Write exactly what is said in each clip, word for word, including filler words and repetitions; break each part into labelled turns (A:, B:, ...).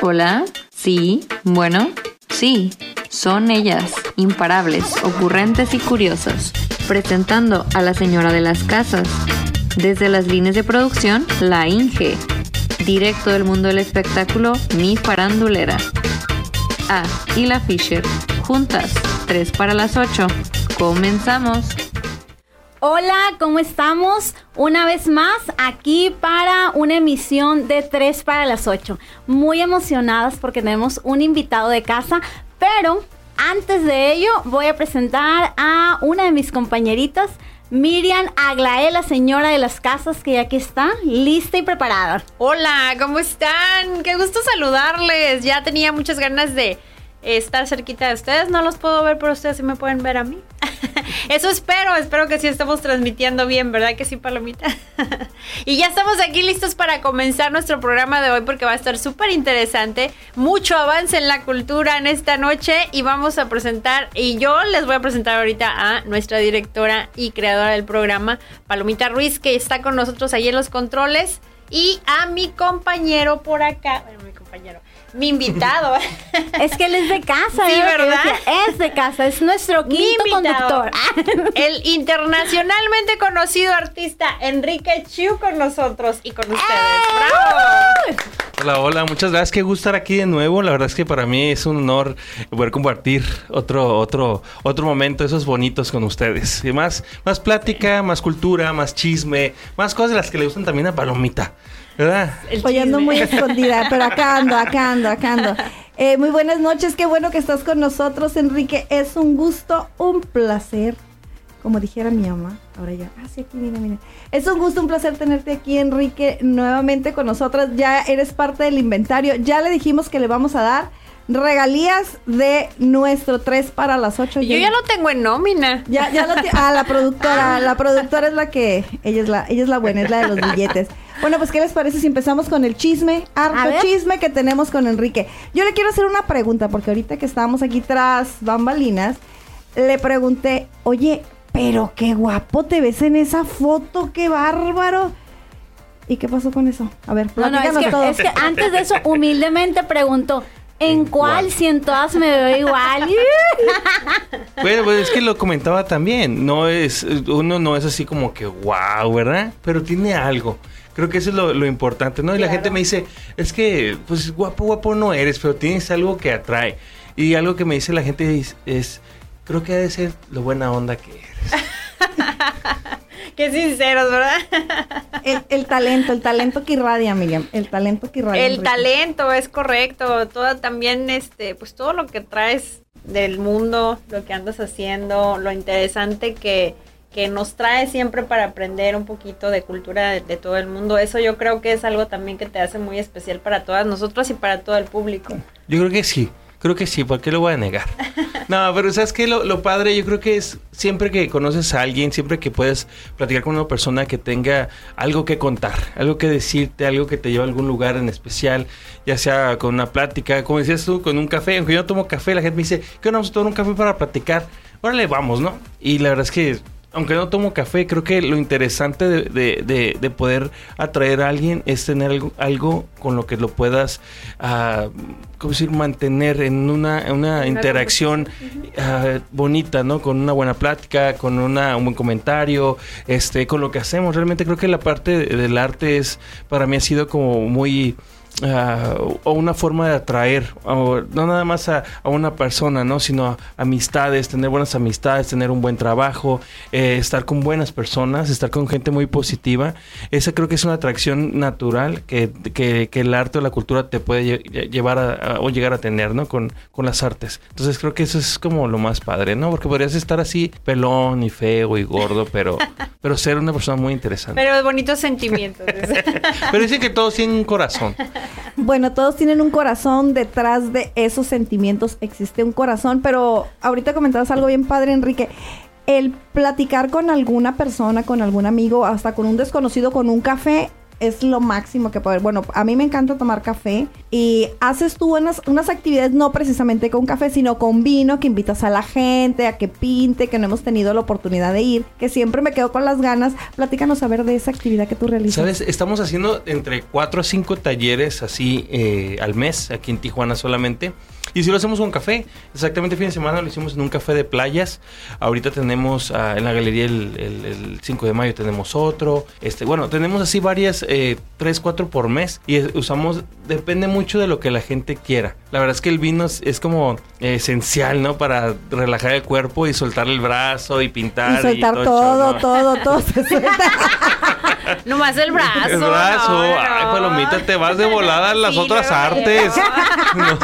A: Hola, sí, bueno, sí, son ellas, imparables, ocurrentes y curiosos, presentando a la señora de las casas. Desde las líneas de producción, la Inge. Directo del mundo del espectáculo, mi farandulera. Ah, y la Fisher. Juntas, tres para las ocho. Comenzamos.
B: Hola, ¿cómo estamos? Una vez más aquí para una emisión de tres para las ocho. Muy emocionadas porque tenemos un invitado de casa, pero antes de ello voy a presentar a una de mis compañeritas, Miriam Aglaé, la señora de las casas, que ya aquí está, lista y preparada.
C: Hola, ¿cómo están? Qué gusto saludarles. Ya tenía muchas ganas de estar cerquita de ustedes. No los puedo ver, pero ustedes sí me pueden ver a mí. Eso espero, espero que sí estemos transmitiendo bien, ¿verdad que sí, Palomita? Y ya estamos aquí listos para comenzar nuestro programa de hoy porque va a estar súper interesante. Mucho avance en la cultura en esta noche y vamos a presentar, y yo les voy a presentar ahorita a nuestra directora y creadora del programa, Palomita Ruiz, que está con nosotros ahí en los controles, y a mi compañero por acá, bueno, mi compañero, mi invitado.
B: Es que él es de casa,
C: sí,
B: ¿eh?
C: ¿verdad?
B: Es de casa, es nuestro quinto conductor.
C: El internacionalmente conocido artista Enrique Chiu con nosotros y con ustedes. ¡Eh! ¡Bravo!
D: Hola, hola, muchas gracias. Qué gusto estar aquí de nuevo. La verdad es que para mí es un honor poder compartir otro, otro, otro momento, esos bonitos con ustedes. Y más, más plática, más cultura, más chisme, más cosas de las que le gustan también a Palomita, ¿verdad?
E: Oye, ando muy escondida, pero acá ando, acá ando, acá ando. Eh, muy buenas noches, qué bueno que estás con nosotros, Enrique. Es un gusto, un placer. Como dijera mi mamá, ahora ya, ah, sí, aquí, mira, mira. Es un gusto, un placer tenerte aquí, Enrique, nuevamente con nosotras. Ya eres parte del inventario. Ya le dijimos que le vamos a dar regalías de nuestro tres para las ocho.
C: Yo ya lo tengo en nómina.
E: Ya, ya lo tiene. Ah, la productora, la productora es la que, ella es la, ella es la buena, es la de los billetes. Bueno, pues, ¿qué les parece si empezamos con el chisme? Harto chisme que tenemos con Enrique. Yo le quiero hacer una pregunta, porque ahorita que estábamos aquí tras bambalinas, le pregunté, oye, pero qué guapo te ves en esa foto, qué bárbaro. ¿Y qué pasó con eso? A ver,
B: no, no, es que, todo. es que antes de eso, humildemente preguntó, ¿en cuál? Si en todas me veo igual.
D: Bueno, pues es que lo comentaba también. No es, uno no es así como que wow, ¿verdad? Pero tiene algo. Creo que eso es lo, lo importante, ¿no? Y claro. La gente me dice, es que, pues guapo, guapo no eres, pero tienes algo que atrae. Y algo que me dice la gente es, es creo que ha de ser lo buena onda que eres.
C: Qué sinceros, ¿verdad?
E: El, el talento, el talento que irradia, Miriam, el talento que irradia.
C: El Enrique. Talento, es correcto. Todo también, este, pues todo lo que traes del mundo, lo que andas haciendo, lo interesante que, que nos trae siempre para aprender un poquito de cultura de, de todo el mundo. Eso yo creo que es algo también que te hace muy especial para todas nosotras y para todo el público.
D: Yo creo que sí. Creo que sí, ¿por qué lo voy a negar? No, pero ¿sabes qué? Lo, lo padre yo creo que es siempre que conoces a alguien, siempre que puedes platicar con una persona que tenga algo que contar, algo que decirte, algo que te lleve a algún lugar en especial, ya sea con una plática, como decías tú, con un café. Aunque yo no tomo café, la gente me dice, ¿qué vamos a tomar un café para platicar? Órale, vamos, ¿no? Y la verdad es que, aunque no tomo café, creo que lo interesante de, de, de, de poder atraer a alguien es tener algo, algo con lo que lo puedas, uh, ¿cómo decir?, mantener en una, una interacción uh, bonita, ¿no? Con una buena plática, con una, un buen comentario, este, con lo que hacemos. Realmente creo que la parte del arte es, para mí ha sido como muy... Uh, o una forma de atraer, o no nada más a, a una persona, ¿no? Sino a amistades, tener buenas amistades, tener un buen trabajo, eh, estar con buenas personas, estar con gente muy positiva. Esa creo que es una atracción natural que, que, que el arte o la cultura te puede lle- llevar a, a, o llegar a tener, ¿no? Con, con las artes. Entonces creo que eso es como lo más padre, ¿no? Porque podrías estar así pelón y feo y gordo, pero, pero ser una persona muy interesante.
C: Pero bonitos sentimientos.
D: Pero dicen que todos tienen un corazón.
E: Bueno, todos tienen un corazón, detrás de esos sentimientos existe un corazón, pero ahorita comentabas algo bien padre, Enrique. El platicar con alguna persona, con algún amigo, hasta con un desconocido, con un café, es lo máximo que puede. Bueno, a mí me encanta tomar café y haces tú unas, unas actividades no precisamente con café, sino con vino, que invitas a la gente a que pinte, que no hemos tenido la oportunidad de ir, que siempre me quedo con las ganas. Platícanos a ver de esa actividad que tú realizas.
D: ¿Sabes? Estamos haciendo entre cuatro a cinco talleres así eh, al mes, aquí en Tijuana solamente. Y si lo hacemos con café, exactamente el fin de semana lo hicimos en un café de playas. Ahorita tenemos uh, en la galería el, el, el cinco de mayo tenemos otro. Este, bueno, tenemos así varias, eh, tres, cuatro por mes. Y es, usamos, depende mucho de lo que la gente quiera. La verdad es que el vino es, es como eh, esencial, ¿no? Para relajar el cuerpo y soltar el brazo y pintar.
E: Y soltar
D: y
E: todo,
D: todo,
E: todo, todo, todo se suelta.
C: Nomás el brazo.
D: El brazo.
C: No, no.
D: Ay, palomita, te vas de volada a las
C: Sí,
D: otras
C: no,
D: artes. No.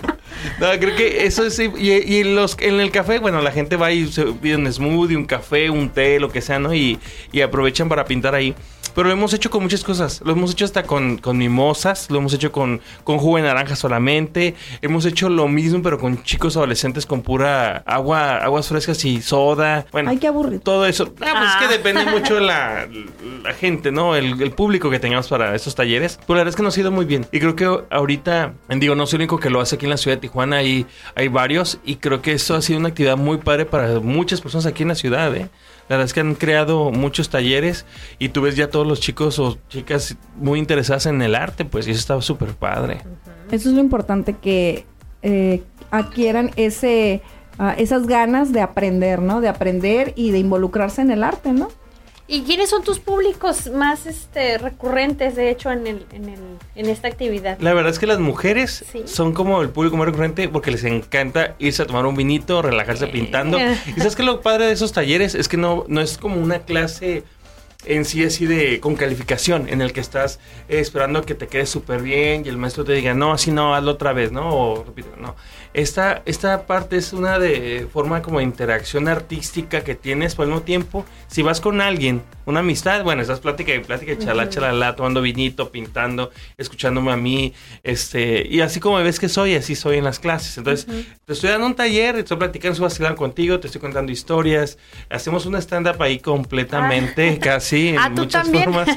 D: No, creo que eso es... Y, y los, en el café, bueno, la gente va y se pide un smoothie, un café, un té, lo que sea, ¿no? Y, y aprovechan para pintar ahí. Pero lo hemos hecho con muchas cosas. Lo hemos hecho hasta con, con mimosas. Lo hemos hecho con, con jugo de naranja solamente. Hemos hecho lo mismo, pero con chicos adolescentes con pura agua, aguas frescas y soda. Bueno,
E: Ay, qué aburrido.
D: todo eso. Ah, pues
C: Ah.
D: es que depende mucho de la, la gente, ¿no? El, el público que tengamos para estos talleres. Pero la verdad es que nos ha ido muy bien. Y creo que ahorita, digo, no soy el único que lo hace aquí en la ciudad de Tijuana. Hay, hay varios. Y creo que eso ha sido una actividad muy padre para muchas personas aquí en la ciudad, ¿eh? La verdad es que han creado muchos talleres y tú ves ya todos los chicos o chicas muy interesadas en el arte, pues, y eso estaba súper padre.
E: Eso es lo importante, que eh, adquieran ese, uh, esas ganas de aprender, ¿no? De aprender y de involucrarse en el arte, ¿no?
C: ¿Y quiénes son tus públicos más este recurrentes, de hecho, en el, en el, en esta actividad?
D: La verdad es que las mujeres
C: Sí.
D: son como el público más recurrente porque les encanta irse a tomar un vinito, relajarse
C: Eh.
D: pintando. Y sabes que lo padre de esos talleres es que no, no es como una clase en sí así de con calificación, en el que estás eh, esperando que te quede súper bien y el maestro te diga, no, así no, hazlo otra vez, ¿no? O repite, no. Esta, esta parte es una de forma como de interacción artística que tienes, pero al mismo tiempo, si vas con alguien, una amistad, bueno, estás plática y plática, chala, chala, tomando vinito, pintando, escuchándome a mí, este, y así como ves que soy, así soy en las clases. Entonces, uh-huh. te estoy dando un taller, estoy platicando, estoy vacilando contigo, te estoy contando historias, hacemos una stand-up ahí completamente, ah. casi, en
C: ah, ¿tú
D: muchas
C: también?
D: formas.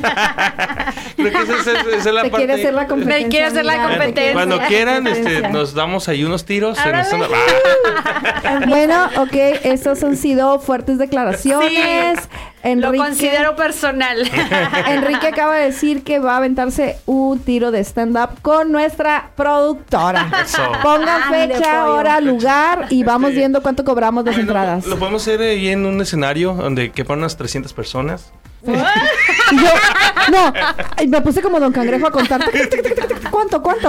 D: Creo que esa, esa, esa es la
E: te
D: parte.
E: Quiere hacer la competencia.
C: Me quiere hacer la competencia.
D: Cuando quieran, este, nos damos ahí unos tiros. En el stand-up.
E: Bueno, ok, estos han sido fuertes declaraciones.
C: Sí.
E: Enrique,
C: lo considero personal.
E: Enrique acaba de decir que va a aventarse un tiro de stand-up con nuestra productora.
D: Eso.
E: Pongan
B: Ande,
E: fecha,
B: pollo.
E: hora, lugar y vamos
D: Sí.
E: viendo cuánto cobramos las
D: Bueno,
E: entradas.
D: Lo podemos hacer ahí en un escenario donde quepan unas trescientas personas.
E: Y yo, no, ay, me puse como Don Cangrejo a contar. ¿Cuánto, cuánto?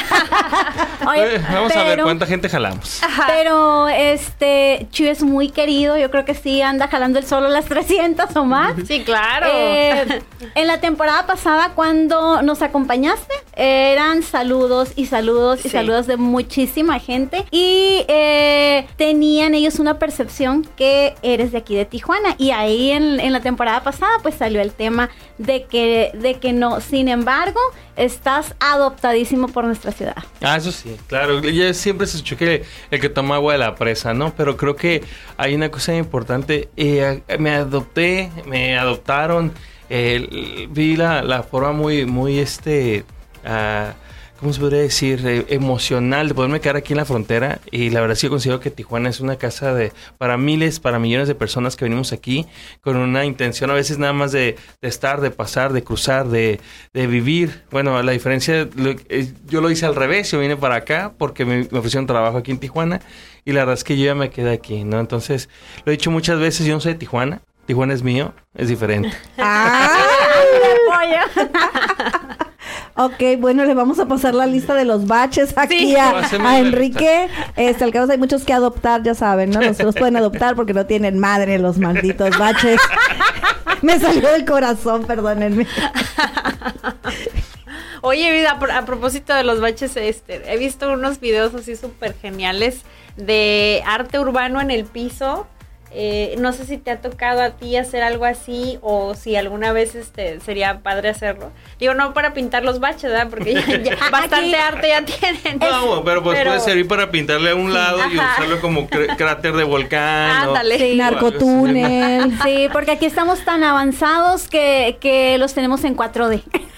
B: Oye,
D: Eh, Vamos a ver
B: pero-
D: cuánta gente jalamos.
B: Pero este Chuy es muy querido, yo creo que sí anda jalando el solo las trescientas o más.
C: Sí, claro.
B: Eh, en la temporada pasada, cuando nos acompañaste, eran saludos y saludos y
C: Sí.
B: saludos de muchísima gente. Y eh, tenían ellos una percepción que eres de aquí de Tijuana. Y ahí en, en la temporada pasada, pues salió el tema de que, de que no. Sin embargo, estás adoptadísimo por nuestra ciudad.
D: Ah, eso sí, claro. Ya siempre se escuchó que el que toma agua de la presa, ¿no? Pero creo que hay una cosa importante. Eh, me adopté, me adoptaron. Eh, vi la, la forma muy, muy, este... Uh, ¿cómo se podría decir? Eh, emocional de poderme quedar aquí en la frontera. Y la verdad sí considero que Tijuana es una casa de para miles, para millones de personas que venimos aquí con una intención a veces nada más de, de estar, de pasar, de cruzar, de, de vivir. Bueno, la diferencia, lo, eh, yo lo hice al revés, yo vine para acá porque me, me ofrecieron trabajo aquí en Tijuana y la verdad es que yo ya me quedé aquí, ¿no? Entonces, lo he dicho muchas veces, yo no soy de Tijuana, Tijuana es mío, es diferente.
E: Ok, bueno, le vamos a pasar la lista de los baches aquí
C: Sí.
E: a,
D: Páseme
E: a
D: la
E: Enrique. Este, al caso hay muchos que adoptar, ya saben, ¿no? Los, los pueden adoptar porque no tienen madre los malditos baches. Me salió del corazón, perdónenme.
C: Oye, vida, a, a propósito de los baches, este, he visto unos videos así súper geniales de arte urbano en el piso. Eh, no sé si te ha tocado a ti hacer algo así o si alguna vez este sería padre hacerlo. Digo, no para pintar los baches, ¿verdad? Porque ya, ya bastante arte ya tienen.
D: No, pero pues
C: Pero-
D: puede servir para pintarle a un lado y
C: Ajá.
D: usarlo como cr- cráter de volcán. o-
C: Ándale.
B: Sí.
E: Narcotúnel.
B: Sí, porque aquí estamos tan avanzados que, que los tenemos en cuatro D.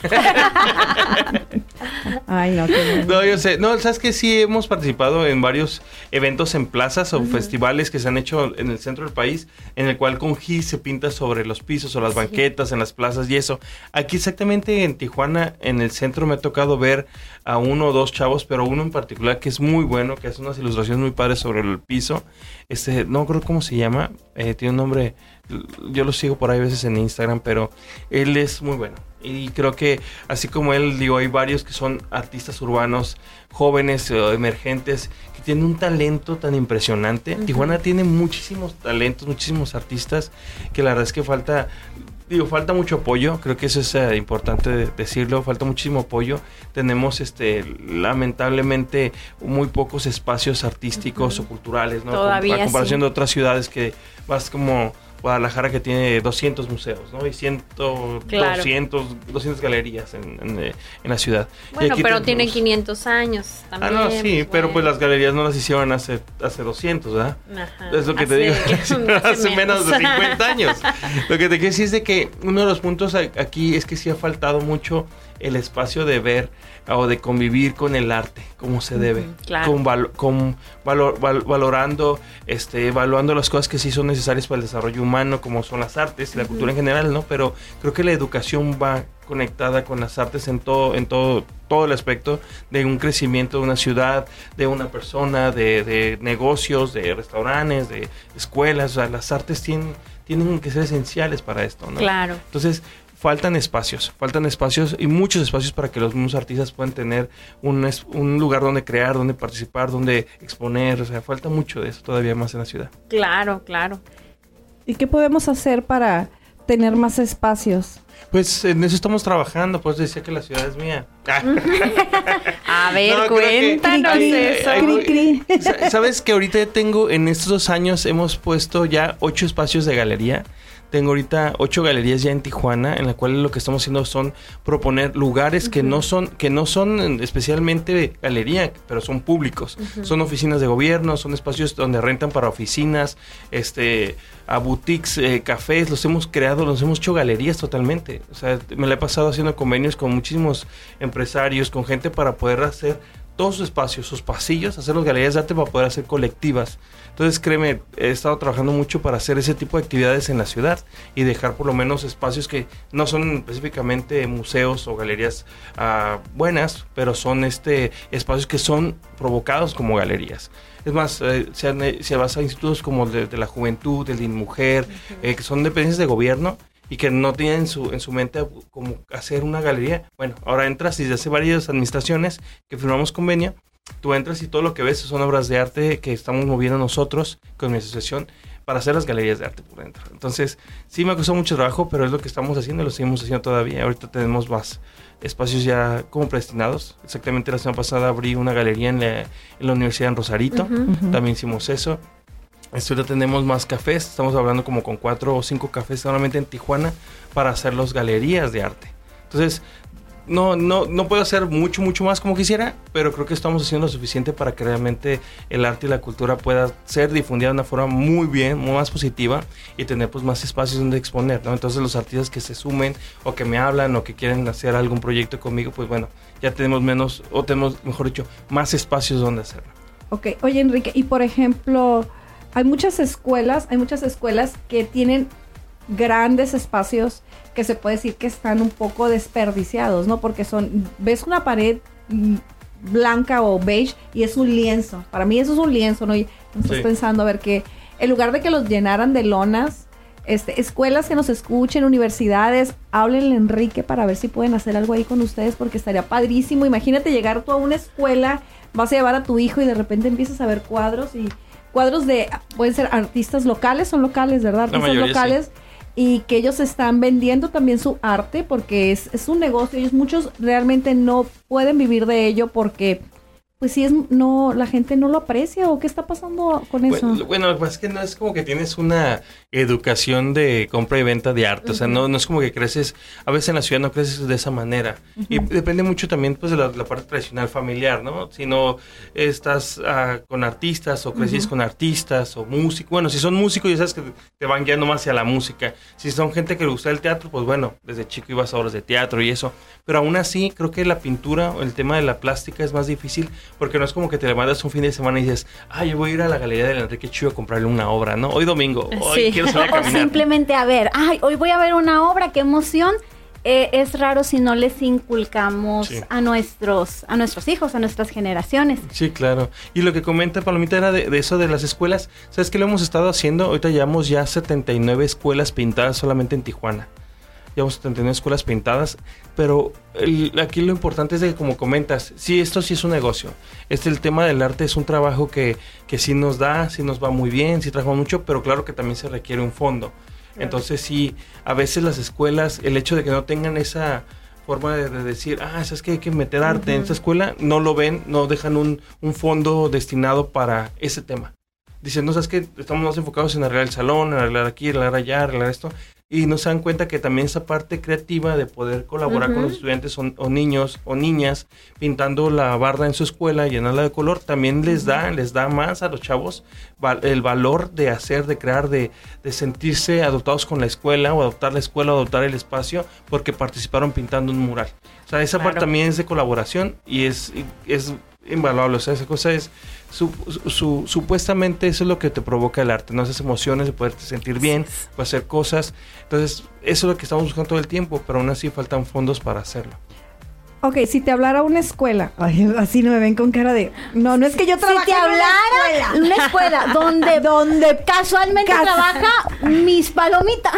E: Ay, no, qué
D: No, yo sé. No, sabes que sí hemos participado en varios eventos en plazas o uh-huh. festivales que se han hecho en el centro del país, en el cual con gis se pinta sobre los pisos o las sí. banquetas en las plazas y eso. Aquí exactamente en Tijuana, en el centro, me ha tocado ver a uno o dos chavos, pero uno en particular que es muy bueno, que hace unas ilustraciones muy padres sobre el piso. Este, no creo cómo se llama, eh, tiene un nombre, yo lo sigo por ahí a veces en Instagram, pero él es muy bueno. Y creo que así como él, digo, hay varios que son artistas urbanos, jóvenes o emergentes, que tienen un talento tan impresionante. Uh-huh. Tijuana tiene muchísimos talentos, muchísimos artistas, que la verdad es que falta... Digo, falta mucho apoyo, creo que eso es uh, importante decirlo, falta muchísimo apoyo. Tenemos, este, lamentablemente, muy pocos espacios artísticos uh-huh. o culturales, ¿no?
C: Todavía
D: a comparación
C: sí.
D: de otras ciudades que vas como Guadalajara, que tiene doscientos museos, ¿no? Y cien,
C: claro.
D: doscientos, doscientas galerías en, en, en la ciudad.
C: Bueno, pero
D: tenemos...
C: tiene quinientos años también.
D: Ah, no, sí,
C: pues,
D: pero
C: bueno.
D: pues las galerías no las hicieron hace, hace doscientos, ¿verdad?
C: Ajá.
D: Es lo que
C: hace,
D: te digo,
C: hace,
D: hace menos de cincuenta años. Lo que te quiero decir es de que uno de los puntos aquí es que sí ha faltado mucho el espacio de ver o de convivir con el arte como se debe,
C: uh-huh, claro.
D: con, val, con valor, val, valorando, este, evaluando las cosas que sí son necesarias para el desarrollo humano, como son las artes y la uh-huh. cultura en general, ¿no? Pero creo que la educación va conectada con las artes en todo, en todo, todo el aspecto de un crecimiento de una ciudad, de una persona, de, de negocios, de restaurantes, de escuelas. O sea, las artes tienen, tienen que ser esenciales para esto, ¿no?
C: Claro.
D: Entonces, faltan espacios, faltan espacios y muchos espacios para que los mismos artistas puedan tener un, un lugar donde crear, donde participar, donde exponer. O sea, falta mucho de eso todavía más en la ciudad.
C: Claro, claro.
E: ¿Y qué podemos hacer para tener más espacios?
D: Pues en eso estamos trabajando, pues decía que la ciudad es mía.
C: A ver, no, cuéntanos que, eso.
E: Cri, cri, cri.
D: Sabes que ahorita tengo, en estos dos años hemos puesto ya ocho espacios de galería. Tengo ahorita ocho galerías ya en Tijuana, en la cual lo que estamos haciendo son proponer lugares uh-huh. que no son que no son especialmente galería, pero son públicos. Uh-huh. Son oficinas de gobierno, son espacios donde rentan para oficinas, este, a boutiques, eh, cafés. Los hemos creado, los hemos hecho galerías totalmente. O sea, me la he pasado haciendo convenios con muchísimos empresarios, con gente para poder hacer todos sus espacios, sus pasillos, hacer las galerías de arte para poder hacer colectivas. Entonces, créeme, he estado trabajando mucho para hacer ese tipo de actividades en la ciudad y dejar por lo menos espacios que no son específicamente museos o galerías uh, buenas, pero son este espacios que son provocados como galerías. Es más, eh, se, han, eh, se basa en institutos como de, de la juventud, del INMujer, uh-huh. eh, que son dependencias de gobierno y que no tienen en su, en su mente como hacer una galería. Bueno, ahora entras y desde hace varias administraciones que firmamos convenio, tú entras y todo lo que ves son obras de arte que estamos moviendo nosotros con mi asociación para hacer las galerías de arte por dentro. Entonces, sí me ha costado mucho trabajo, pero es lo que estamos haciendo y lo seguimos haciendo todavía. Ahorita tenemos más espacios ya como predestinados. Exactamente la semana pasada abrí una galería en la, en la universidad en Rosarito. Uh-huh, uh-huh. También hicimos eso. Ahorita tenemos más cafés. Estamos hablando como con cuatro o cinco cafés solamente en Tijuana para hacer las galerías de arte. Entonces, No, no, no puedo hacer mucho, mucho más como quisiera, pero creo que estamos haciendo lo suficiente para que realmente el arte y la cultura pueda ser difundida de una forma muy bien, muy más positiva y tener pues más espacios donde exponer, ¿no? Entonces los artistas que se sumen o que me hablan o que quieren hacer algún proyecto conmigo, pues bueno, ya tenemos menos, o tenemos, mejor dicho, más espacios donde hacerlo.
E: Ok, oye Enrique, y por ejemplo, hay muchas escuelas, hay muchas escuelas que tienen grandes espacios que se puede decir que están un poco desperdiciados, ¿no? Porque son, ves una pared blanca o beige y es un lienzo. Para mí eso es un lienzo, ¿no? Y estás sí. pensando, a ver, que en lugar de que los llenaran de lonas, este, escuelas que nos escuchen, universidades, háblenle a Enrique para ver si pueden hacer algo ahí con ustedes, porque estaría padrísimo. Imagínate llegar tú a una escuela, vas a llevar a tu hijo y de repente empiezas a ver cuadros y cuadros de, pueden ser artistas locales, son locales, ¿verdad? Artistas
D: La mayoría,
E: locales.
D: Sí.
E: Y que ellos están vendiendo también su arte porque es, es un negocio. Ellos muchos realmente no pueden vivir de ello porque pues sí es, no, la gente no lo aprecia, ¿o qué está pasando con eso?
D: Bueno, bueno, lo que pasa es que no es como que tienes una educación de compra y venta de arte, uh-huh. o sea, no, no es como que creces, a veces en la ciudad no creces de esa manera, uh-huh. y depende mucho también pues de la, la parte tradicional familiar, ¿no? Si no estás uh, con artistas o creces uh-huh. con artistas o músicos, bueno, si son músicos ya sabes que te van guiando más hacia la música, si son gente que le gusta el teatro, pues bueno, desde chico ibas a obras de teatro y eso, pero aún así creo que la pintura o el tema de la plástica es más difícil, porque no es como que te levantas un fin de semana y dices, ah, yo voy a ir a la Galería del Enrique Chiu a comprarle una obra, ¿no? Hoy domingo, hoy
B: sí.
D: quiero salir a caminar.
B: O simplemente a ver, ay, hoy voy a ver una obra, qué emoción. Eh, es raro si no les inculcamos sí. a nuestros a nuestros hijos, a nuestras generaciones.
D: Sí, claro. Y lo que comenta Palomita era de, de eso de las escuelas. ¿Sabes qué lo hemos estado haciendo? Ahorita llevamos ya setenta y nueve escuelas pintadas solamente en Tijuana. Llevamos setenta y nueve escuelas pintadas, pero el, aquí lo importante es de que, como comentas, sí, esto sí es un negocio. Este, el tema del arte es un trabajo que, que sí nos da, sí nos va muy bien, sí trabajamos mucho, pero claro que también se requiere un fondo. Claro. Entonces sí, a veces las escuelas, el hecho de que no tengan esa forma de, de decir, ah, es que hay que meter arte uh-huh. en esta escuela, no lo ven, no dejan un, un fondo destinado para ese tema. Dicen, no, sabes que estamos más enfocados en arreglar el salón, en arreglar aquí, arreglar allá, arreglar esto. Y no se dan cuenta que también esa parte creativa de poder colaborar uh-huh. con los estudiantes o, o niños o niñas pintando la barda en su escuela, llenarla de color, también les da, les da más a los chavos val, el valor de hacer, de crear, de, de sentirse adoptados con la escuela o adoptar la escuela o adoptar el espacio porque participaron pintando un mural. O sea, esa claro. parte también es de colaboración y es, es invaluable. O sea, esa cosa es... Su, su, su, supuestamente eso es lo que te provoca el arte, ¿no? Esas emociones de poderte sentir bien, de hacer cosas. Entonces, eso es lo que estamos buscando todo el tiempo, pero aún así faltan fondos para hacerlo.
E: Ok, si te hablara una escuela, ay, así no me ven con cara de... No, no es que yo trabaje
B: si te hablara en una escuela, una escuela donde, donde casualmente casa. trabaja mis palomitas.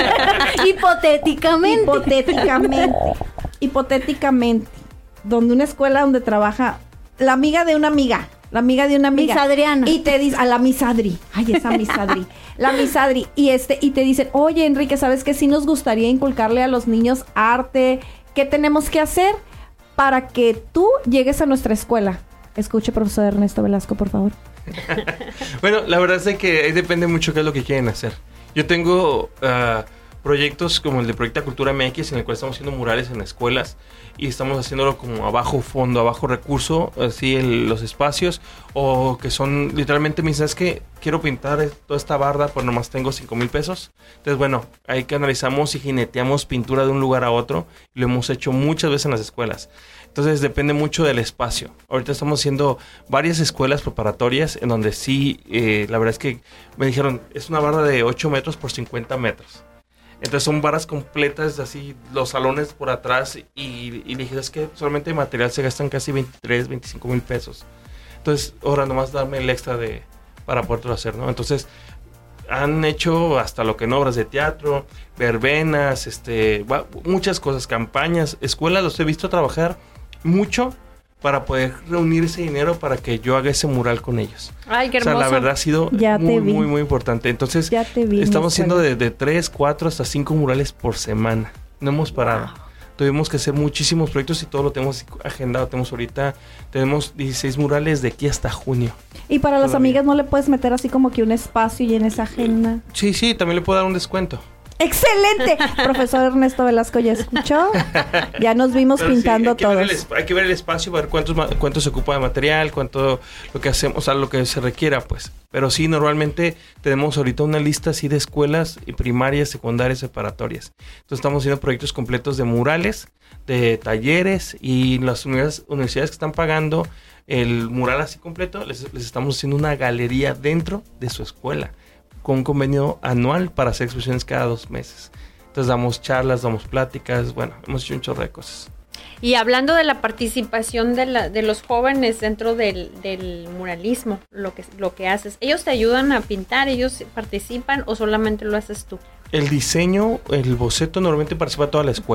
B: Hipotéticamente.
E: Hipotéticamente. Hipotéticamente. Donde una escuela donde trabaja la amiga de una amiga. La amiga de una amiga.
B: Miss Adriana.
E: Y te dice, a la Miss Adri. Ay, esa Miss Adri. La Miss Adri. Y, este, y te dicen, oye, Enrique, ¿sabes qué? Sí nos gustaría inculcarle a los niños arte. ¿Qué tenemos que hacer para que tú llegues a nuestra escuela? Escuche, profesor Ernesto Velasco, por favor.
D: Bueno, la verdad es que ahí depende mucho qué es lo que quieren hacer. Yo tengo... Uh, proyectos como el de Proyecta Cultura M X, en el cual estamos haciendo murales en escuelas y estamos haciéndolo como a bajo fondo, a bajo recurso, así el, los espacios, o que son literalmente, me dicen, es que quiero pintar toda esta barda, pero nomás tengo cinco mil pesos. Entonces, bueno, ahí que analizamos y jineteamos pintura de un lugar a otro, y lo hemos hecho muchas veces en las escuelas. Entonces, depende mucho del espacio. Ahorita estamos haciendo varias escuelas preparatorias en donde sí, eh, la verdad es que me dijeron, es una barda de ocho metros por cincuenta metros. Entonces son barras completas, así, los salones por atrás, y, y dije, es que solamente de material se gastan casi veintitrés, veinticinco mil pesos. Entonces, ahora nomás darme el extra de para poderlo hacer, ¿no? Entonces, han hecho hasta lo que en obras de teatro, verbenas, este, muchas cosas, campañas, escuelas, los he visto trabajar mucho para poder reunir ese dinero para que yo haga ese mural con ellos.
C: Ay, qué hermoso.
D: O sea, la verdad ha sido
E: ya
D: muy, muy, muy importante. Entonces,
E: ya te vi,
D: estamos haciendo de, de tres, cuatro hasta cinco murales por semana. No hemos parado. Wow. Tuvimos que hacer muchísimos proyectos y todo lo tenemos agendado. Tenemos ahorita, tenemos dieciséis murales de aquí hasta junio.
E: Y para las amigas, ¿no le puedes meter así como que un espacio y en esa agenda?
D: Sí, sí, también le puedo dar un descuento.
E: ¡Excelente! Profesor Ernesto Velasco, ¿ya escuchó? Ya nos vimos pero pintando sí, hay todos.
D: El, hay que ver el espacio, ver cuántos, cuánto se ocupa de material, cuánto lo que hacemos, o sea, lo que se requiera, pues. Pero sí, normalmente tenemos ahorita una lista así de escuelas primarias, secundarias, preparatorias. Entonces estamos haciendo proyectos completos de murales, de talleres, y las universidades, universidades que están pagando el mural así completo, les, les estamos haciendo una galería dentro de su escuela, con un convenio anual para hacer exposiciones cada dos meses. Entonces damos charlas, damos pláticas, bueno, hemos hecho un chorro de cosas.
C: Y hablando de la participación de, la, de los jóvenes dentro del, del muralismo, lo que, lo que haces, ¿ellos te ayudan a pintar, ellos participan o solamente lo haces tú?
D: El diseño, el boceto, normalmente participa toda la escuela,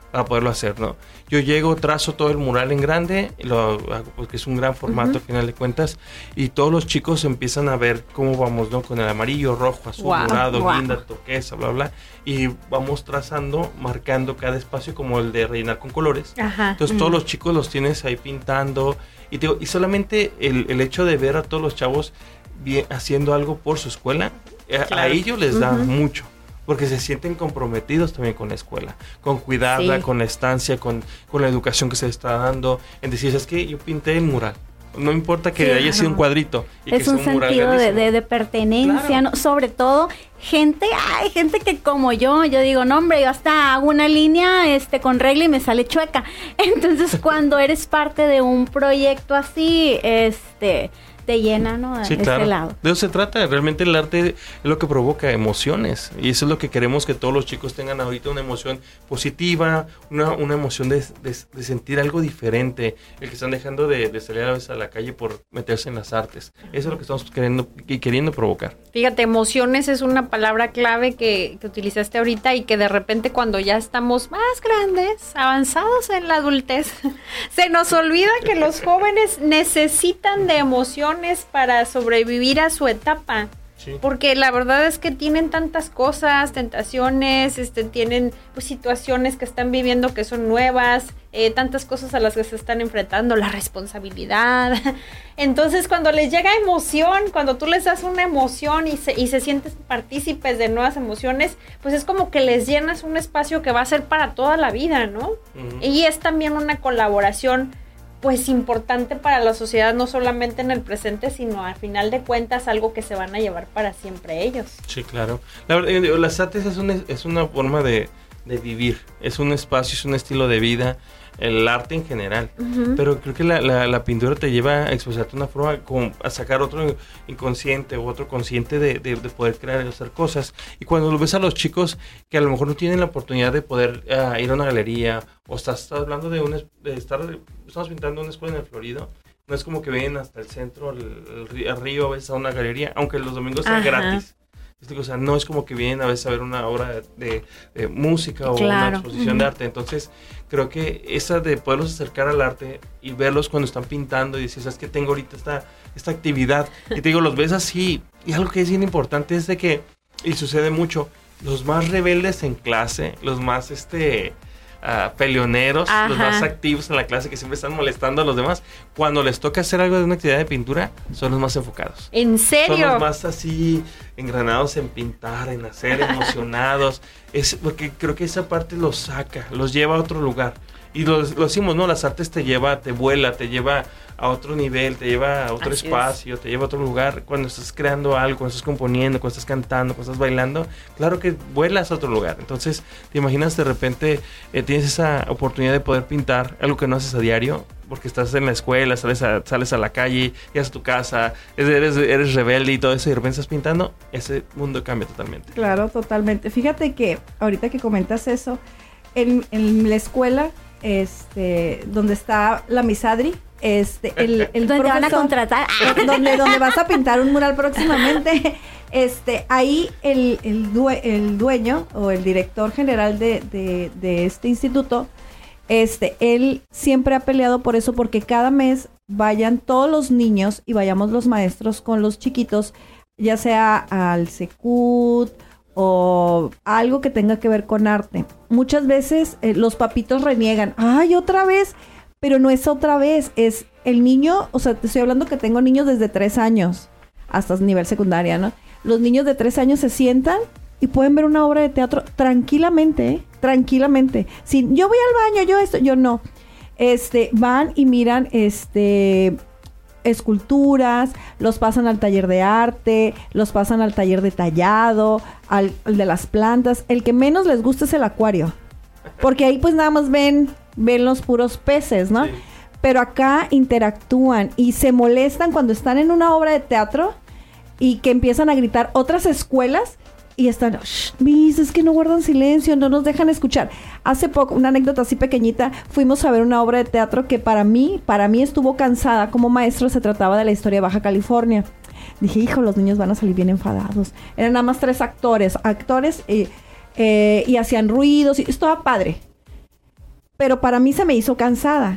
D: para poderlo hacer, ¿no? Yo llego, trazo todo el mural en grande, lo hago porque es un gran formato, uh-huh. al final de cuentas, y todos los chicos empiezan a ver cómo vamos, ¿no? Con el amarillo, rojo, azul, wow, morado, wow. guinda, turquesa, bla, bla, y vamos trazando, marcando cada espacio como el de rellenar con colores. Ajá. Entonces, uh-huh. todos los chicos los tienes ahí pintando, y, te digo, y solamente el, el hecho de ver a todos los chavos bien, haciendo algo por su escuela, claro. a, a ellos les da uh-huh. mucho. Porque se sienten comprometidos también con la escuela, con cuidarla, sí. con la estancia, con, con la educación que se está dando. En decir, es que yo pinté el mural. No importa que sí, haya sido un cuadrito. Y
B: es
D: que
B: un,
D: sea un
B: sentido de, de, de pertenencia, claro. ¿no? Sobre todo gente, hay gente que como yo, yo digo, no hombre, yo hasta hago una línea este, con regla y me sale chueca. Entonces cuando eres parte de un proyecto así, este... te llena, ¿no?
D: Sí,
B: este
D: claro.
B: lado.
D: De eso se trata. Realmente el arte es lo que provoca emociones. Y eso es lo que queremos que todos los chicos tengan ahorita, una emoción positiva, una, una emoción de, de, de sentir algo diferente. El que están dejando de, de salir a veces a la calle por meterse en las artes. Eso es lo que estamos queriendo, queriendo provocar.
C: Fíjate, emociones es una palabra clave que, que utilizaste ahorita y que de repente cuando ya estamos más grandes, avanzados en la adultez, se nos olvida que los jóvenes necesitan de emociones para sobrevivir a su etapa. Sí. Porque la verdad es que tienen tantas cosas, tentaciones, este, tienen pues situaciones que están viviendo que son nuevas, eh, tantas cosas a las que se están enfrentando, la responsabilidad. Entonces cuando les llega emoción, cuando tú les das una emoción y se, y se sienten partícipes de nuevas emociones, pues es como que les llenas un espacio que va a ser para toda la vida, ¿no? Uh-huh. Y es también una colaboración pues importante para la sociedad, no solamente en el presente, sino al final de cuentas algo que se van a llevar para siempre ellos.
D: Sí, claro. La verdad, las artes es una, es una forma de, de vivir, es un espacio, es un estilo de vida, el arte en general, uh-huh. pero creo que la, la, la pintura te lleva a expresarte de una forma, como a sacar otro inconsciente o otro consciente de, de, de poder crear y hacer cosas. Y cuando lo ves a los chicos que a lo mejor no tienen la oportunidad de poder uh, ir a una galería, o estás, estás hablando de, una, de estar, estamos pintando una escuela en el Florido, no es como que ven hasta el centro, el, el, el río, a veces a una galería, aunque los domingos sean gratis. O sea, no es como que vienen a veces a ver una obra de, de, de música o claro. una exposición uh-huh. de arte. Entonces, creo que esa de poderlos acercar al arte y verlos cuando están pintando y decir, ¿sabes qué? Tengo ahorita esta, esta actividad. Y te digo, los ves así. Y algo que es bien importante es de que, y sucede mucho, los más rebeldes en clase, los más, este... Uh, peleoneros, Ajá. los más activos en la clase que siempre están molestando a los demás, cuando les toca hacer algo de una actividad de pintura, son los más enfocados.
C: ¿En serio?
D: Son los más así engranados en pintar, en hacer, emocionados. Es porque creo que esa parte los saca, los lleva a otro lugar. Y lo, lo decimos, ¿no? Las artes te lleva, te vuela, te lleva a otro nivel, te lleva a otro Así espacio, es. te lleva a otro lugar. Cuando estás creando algo, cuando estás componiendo, cuando estás cantando, cuando estás bailando, claro que vuelas a otro lugar. Entonces, te imaginas de repente eh, tienes esa oportunidad de poder pintar algo que no haces a diario, porque estás en la escuela, sales a, sales a la calle, llegas a tu casa, eres, eres rebelde y todo eso, y de repente estás pintando, ese mundo cambia totalmente.
E: Claro, totalmente. Fíjate que ahorita que comentas eso, en, en la escuela, este, donde está la Misadri, este, el, el
B: donde van a contratar,
E: donde, donde vas a pintar un mural próximamente, este, ahí el, el, due, el dueño o el director general de, de, de este instituto, este, él siempre ha peleado por eso, porque cada mes vayan todos los niños y vayamos los maestros con los chiquitos, ya sea al Secut o algo que tenga que ver con arte. Muchas veces eh, los papitos reniegan, ¡ay, otra vez! Pero no es otra vez, es el niño, o sea, te estoy hablando que tengo niños desde tres años hasta nivel secundaria, ¿no? Los niños de tres años se sientan y pueden ver una obra de teatro tranquilamente, ¿eh? Tranquilamente. Sin, yo voy al baño, yo esto, yo no. Este, van y miran, este... esculturas, los pasan al taller de arte, los pasan al taller de tallado, al, al de las plantas. El que menos les gusta es el acuario, porque ahí pues nada más ven, ven los puros peces, ¿no? Sí. Pero acá interactúan y se molestan cuando están en una obra de teatro y que empiezan a gritar otras escuelas y están, Miss, es que no guardan silencio, no nos dejan escuchar. Hace poco, una anécdota así pequeñita, fuimos a ver una obra de teatro que para mí, para mí estuvo cansada. Como maestro se trataba de la historia de Baja California. Dije, hijo, los niños van a salir bien enfadados. Eran nada más tres actores, actores eh, eh, y hacían ruidos, y estaba padre. pero para mí se me hizo cansada.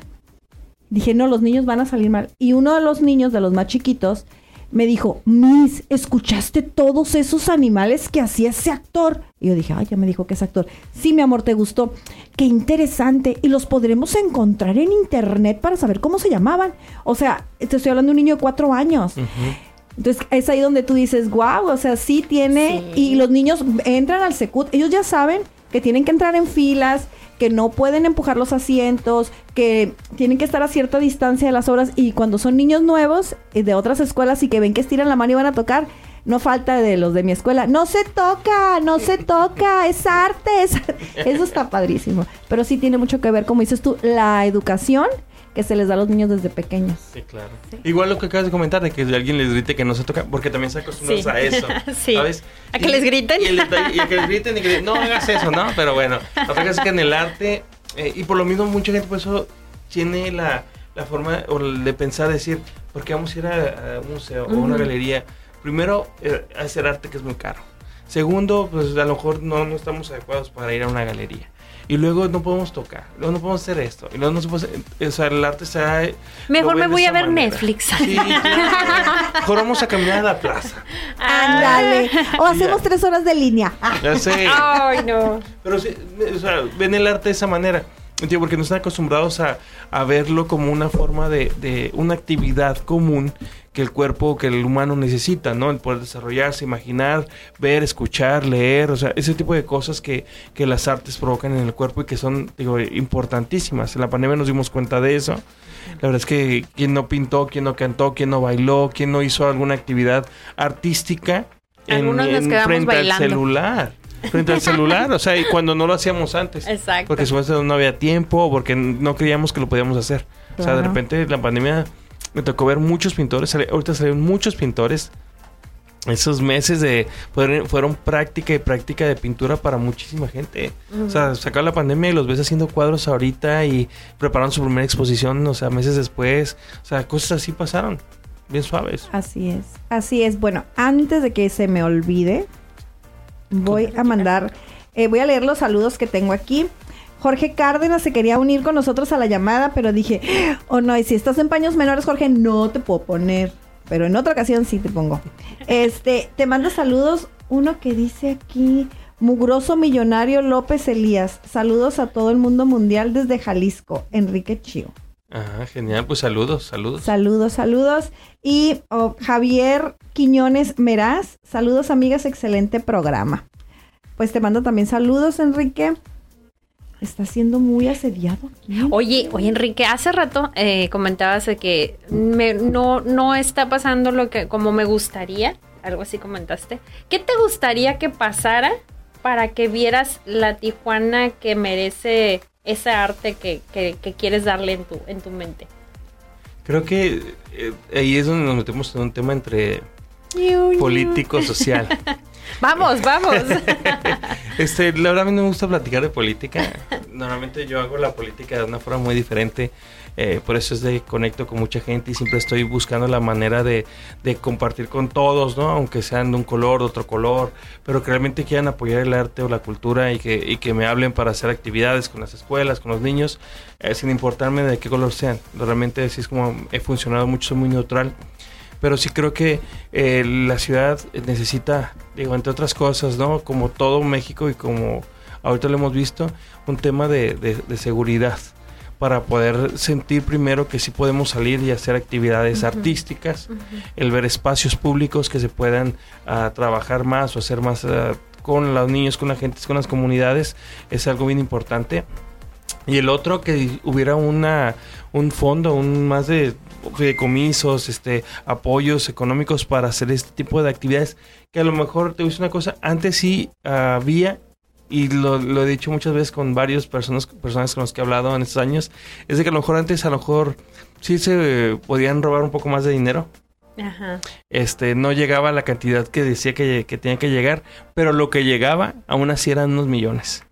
E: Dije, no, los niños van a salir mal. Y uno de los niños, de los más chiquitos, me dijo, Miss, ¿escuchaste todos esos animales que hacía ese actor? Y yo dije, ay, ya me dijo que es actor. Sí, mi amor, ¿te gustó? Qué interesante. Y los podremos encontrar en internet para saber cómo se llamaban. O sea, te estoy hablando de un niño de cuatro años. Uh-huh. Entonces, es ahí donde tú dices, wow, o sea, sí tiene... Sí. Y los niños entran al Secut. Ellos ya saben que tienen que entrar en filas, que no pueden empujar los asientos, que tienen que estar a cierta distancia de las obras. Y cuando son niños nuevos eh, de otras escuelas y que ven que estiran la mano y van a tocar, no falta de los de mi escuela. No se toca, no se toca, es arte. Es... Eso está padrísimo. Pero sí tiene mucho que ver, como dices tú, la educación que se les da a los niños desde pequeños.
D: Sí, claro. Sí. Igual lo que acabas de comentar, de que alguien les grite que no se toca, porque también se acostumbran sí. a eso,
C: sí.
D: ¿sabes?
C: A que y, les griten.
D: Y, el detalle, y a que les griten y que no hagas eso, ¿no? Pero bueno, la verdad es que en el arte, eh, y por lo mismo mucha gente por eso tiene la, la forma o de pensar, decir, ¿por qué vamos a ir a, a un museo uh-huh. o a una galería? Primero, eh, hacer arte que es muy caro. Segundo, pues a lo mejor no, no estamos adecuados para ir a una galería. Y luego no podemos tocar, luego no podemos hacer esto, y luego no se puede hacer, o sea, el arte está...
C: Mejor me voy a ver manera. Netflix.
D: Sí, claro. Mejor vamos a caminar a la plaza.
E: Ándale. O hacemos ya. tres horas de línea.
D: Ya sé.
C: Ay, no.
D: Pero sí, o sea, ven el arte de esa manera. Entiendo, porque no están acostumbrados a, a verlo como una forma de, de una actividad común que el cuerpo, que el humano necesita, ¿no? El poder desarrollarse, imaginar, ver, escuchar, leer, o sea, ese tipo de cosas que, que las artes provocan en el cuerpo y que son, digo, importantísimas. En la pandemia nos dimos cuenta de eso. La verdad es que quien no pintó, quien no cantó, quien no bailó, quien no hizo alguna actividad artística en, en frente bailando. al celular. Frente al celular, o sea, y cuando no lo hacíamos antes.
C: Exacto.
D: Porque supuestamente no había tiempo, porque no creíamos que lo podíamos hacer. Claro. O sea, de repente la pandemia me tocó ver muchos pintores, ahorita salieron muchos pintores. Esos meses de fueron, fueron práctica y práctica de pintura para muchísima gente. Uh-huh. O sea, sacaron la pandemia y los ves haciendo cuadros ahorita y prepararon su primera exposición, o sea, meses después. O sea, cosas así pasaron, bien suaves.
E: Así es, así es. Bueno, antes de que se me olvide, voy a mandar, eh, voy a leer los saludos que tengo aquí. Jorge Cárdenas se quería unir con nosotros a la llamada, pero dije, oh no, y si estás en paños menores, Jorge, no te puedo poner. Pero en otra ocasión sí te pongo. Este, te mando saludos. Uno que dice aquí, mugroso millonario López Elías. Saludos a todo el mundo mundial desde Jalisco. Enrique Chío.
D: Ajá, genial. Pues saludos, saludos.
E: Saludos, saludos. Y oh, Javier Quiñones Meraz. Saludos, amigas. Excelente programa. Pues te mando también saludos, Enrique. Está siendo muy asediado aquí.
C: Oye, oye, Enrique, hace rato eh, comentabas de que me, no, no está pasando lo que como me gustaría, algo así comentaste. ¿Qué te gustaría que pasara para que vieras la Tijuana que merece ese arte que, que, que quieres darle en tu, en tu mente?
D: Creo que eh, ahí es donde nos metemos en un tema entre político-social.
C: Vamos, vamos.
D: este, la verdad a mí no me gusta platicar de política. Normalmente yo hago la política de una forma muy diferente. Eh, por eso es de conecto con mucha gente y siempre estoy buscando la manera de, de compartir con todos, ¿no? Aunque sean de un color, de otro color, pero que realmente quieran apoyar el arte o la cultura y que, y que me hablen para hacer actividades con las escuelas, con los niños, eh, sin importarme de qué color sean. Realmente así es como he funcionado mucho, soy muy neutral. Pero sí creo que eh, la ciudad necesita, digo, entre otras cosas, ¿no? Como todo México y como ahorita lo hemos visto, un tema de, de, de seguridad para poder sentir primero que sí podemos salir y hacer actividades uh-huh. artísticas, uh-huh. el ver espacios públicos que se puedan uh, trabajar más o hacer más uh, con los niños, con la gente, con las comunidades, es algo bien importante. Y el otro, que hubiera una un fondo, un más de fideicomisos, este, apoyos económicos para hacer este tipo de actividades, que a lo mejor, te voy a decir una cosa, antes sí uh, había, y lo, lo he dicho muchas veces con varias personas, personas con las que he hablado en estos años, es de que a lo mejor antes a lo mejor sí se eh, podían robar un poco más de dinero.
C: Ajá.
D: Este, no llegaba la cantidad que decía que, que tenía que llegar, pero lo que llegaba aún así eran unos millones.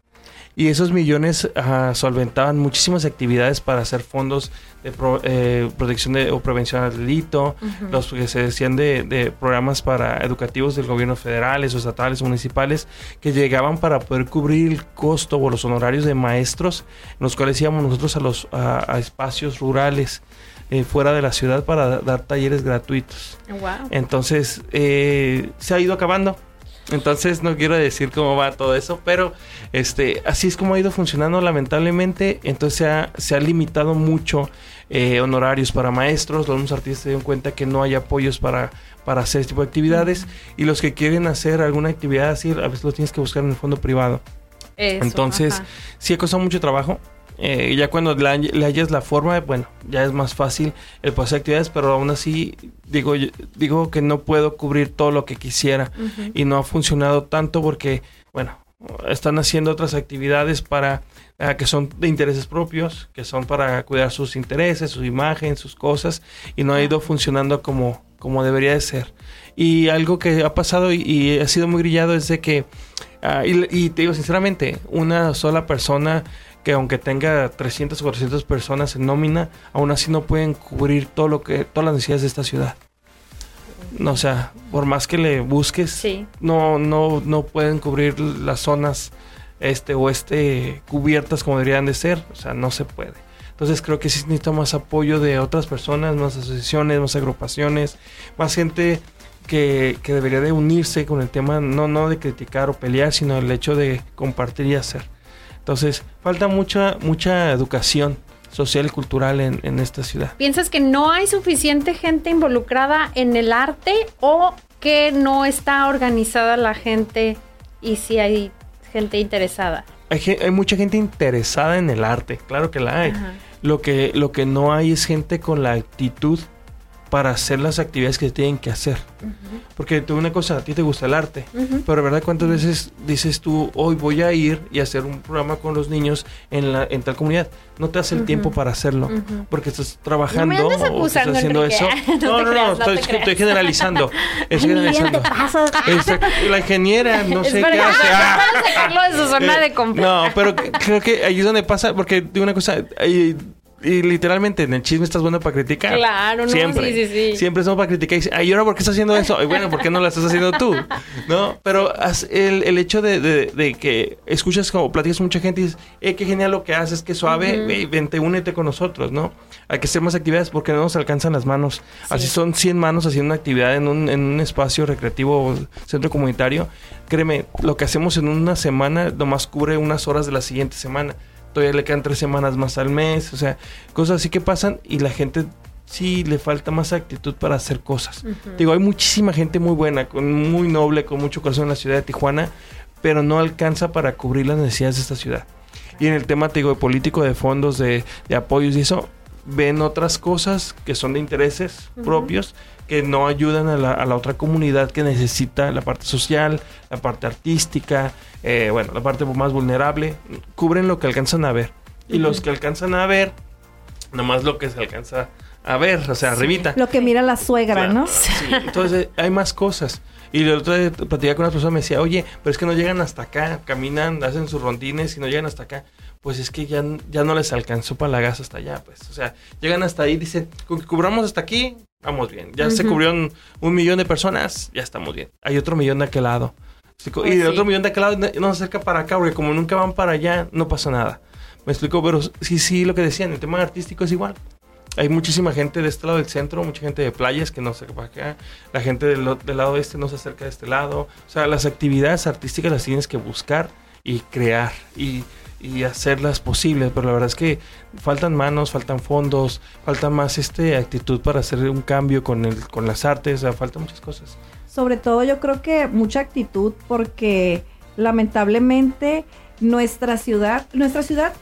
D: y esos millones uh, solventaban muchísimas actividades para hacer fondos de pro, eh, protección de, o prevención al delito, uh-huh. los que se decían de, de programas para educativos del gobierno federales o estatales o municipales que llegaban para poder cubrir el costo o los honorarios de maestros, en los cuales íbamos nosotros a los a, a espacios rurales eh, fuera de la ciudad para dar talleres gratuitos.
C: Wow.
D: Entonces eh, se ha ido acabando. Entonces no quiero decir cómo va todo eso, pero este así es como ha ido funcionando lamentablemente. Entonces se ha, se ha limitado mucho eh, honorarios para maestros. Los mismos artistas se dieron cuenta que no hay apoyos para, para hacer este tipo de actividades, uh-huh. y los que quieren hacer alguna actividad así, a veces lo tienes que buscar en el fondo privado. Eso, entonces ajá. sí ha costado mucho trabajo. Eh, ya cuando la, le hayas la forma, bueno, ya es más fácil el poder hacer actividades, pero aún así digo, digo que no puedo cubrir todo lo que quisiera, uh-huh. y no ha funcionado tanto porque, bueno, están haciendo otras actividades para uh, que son de intereses propios, que son para cuidar sus intereses, su imagen, sus cosas, y no ha ido funcionando como, como debería de ser. Y algo que ha pasado y, y ha sido muy grillado es de que, uh, y, y te digo sinceramente, una sola persona que aunque tenga trescientas o cuatrocientas personas en nómina, aún así no pueden cubrir todo lo que todas las necesidades de esta ciudad. No, o sea, por más que le busques, sí. no no no pueden cubrir las zonas este oeste cubiertas como deberían de ser, o sea, no se puede. Entonces creo que sí necesita más apoyo de otras personas, más asociaciones, más agrupaciones, más gente que, que debería de unirse con el tema, no no de criticar o pelear, sino el hecho de compartir y hacer. Entonces, falta mucha mucha educación social y cultural en, en esta ciudad.
C: ¿Piensas que no hay suficiente gente involucrada en el arte o que no está organizada la gente y sí hay gente interesada?
D: Hay, hay mucha gente interesada en el arte, claro que la hay. Ajá. Lo que, lo que no hay es gente con la actitud para hacer las actividades que tienen que hacer. Uh-huh. Porque tú una cosa, a ti te gusta el arte, uh-huh. pero ¿verdad cuántas uh-huh. veces dices tú, hoy voy a ir y hacer un programa con los niños en la en tal comunidad? No te das el uh-huh. tiempo para hacerlo, uh-huh. porque estás trabajando
C: no
D: o estás haciendo
C: Enrique.
D: eso. No, no, no, no, no estoy, estoy generalizando. Estoy generalizando. Exacto. La ingeniera, no sé qué hace.
C: Ah, para sacarlo de su zona de confort.
D: No, pero creo que ahí es donde pasa, porque digo una cosa, hay, y literalmente en el chisme estás bueno para criticar.
C: Claro, no,
D: siempre,
C: sí, sí, sí.
D: Siempre estamos para criticar y decir, ay, ¿y ahora por qué estás haciendo eso? Ay, bueno, ¿por qué no lo estás haciendo tú? ¿No? Pero el, el hecho de, de, de que escuchas como platicas con mucha gente y dices, eh, qué genial lo que haces, qué suave, uh-huh. hey, vente, únete con nosotros, ¿no? Hay que hacer más actividades porque no nos alcanzan las manos. Sí. Así son cien manos haciendo una actividad en un, en un espacio recreativo o centro comunitario. Créeme, lo que hacemos en una semana nomás cubre unas horas de la siguiente semana. Todavía le quedan tres semanas más al mes, o sea, cosas así que pasan y la gente sí le falta más actitud para hacer cosas. Uh-huh. Digo, hay muchísima gente muy buena, con muy noble, con mucho corazón en la ciudad de Tijuana, pero no alcanza para cubrir las necesidades de esta ciudad. Y en el tema, te digo, de político, de fondos, de, de apoyos y eso, ven otras cosas que son de intereses uh-huh. propios, que no ayudan a la, a la otra comunidad que necesita la parte social, la parte artística, eh, bueno, la parte más vulnerable. Cubren lo que alcanzan a ver. Y uh-huh. los que alcanzan a ver, nomás lo que se alcanza a ver, o sea, sí. arribita.
E: Lo que mira la suegra, claro, ¿no?
D: Sí, entonces hay más cosas. Y el otro día platicaba con una persona y me decía, oye, pero es que no llegan hasta acá, caminan, hacen sus rondines y no llegan hasta acá. Pues es que ya, ya no les alcanzó para la gas hasta allá, pues. O sea, llegan hasta ahí, dicen, con que cubramos hasta aquí, vamos bien. Ya uh-huh. se cubrieron un millón de personas, ya estamos bien. Hay otro millón de aquel lado. Pues y el sí. otro millón de aquel lado no se acerca para acá, porque como nunca van para allá, no pasa nada. Me explico, pero sí, sí, lo que decían, el tema artístico es igual. Hay muchísima gente de este lado del centro, mucha gente de playas que no se acerca para acá. La gente del, del lado este no se acerca de este lado. O sea, las actividades artísticas las tienes que buscar y crear y, y hacerlas posibles. Pero la verdad es que faltan manos, faltan fondos, falta más este actitud para hacer un cambio con, el, con las artes. O sea, faltan muchas cosas.
E: Sobre todo yo creo que mucha actitud porque lamentablemente nuestra ciudad, nuestra ciudad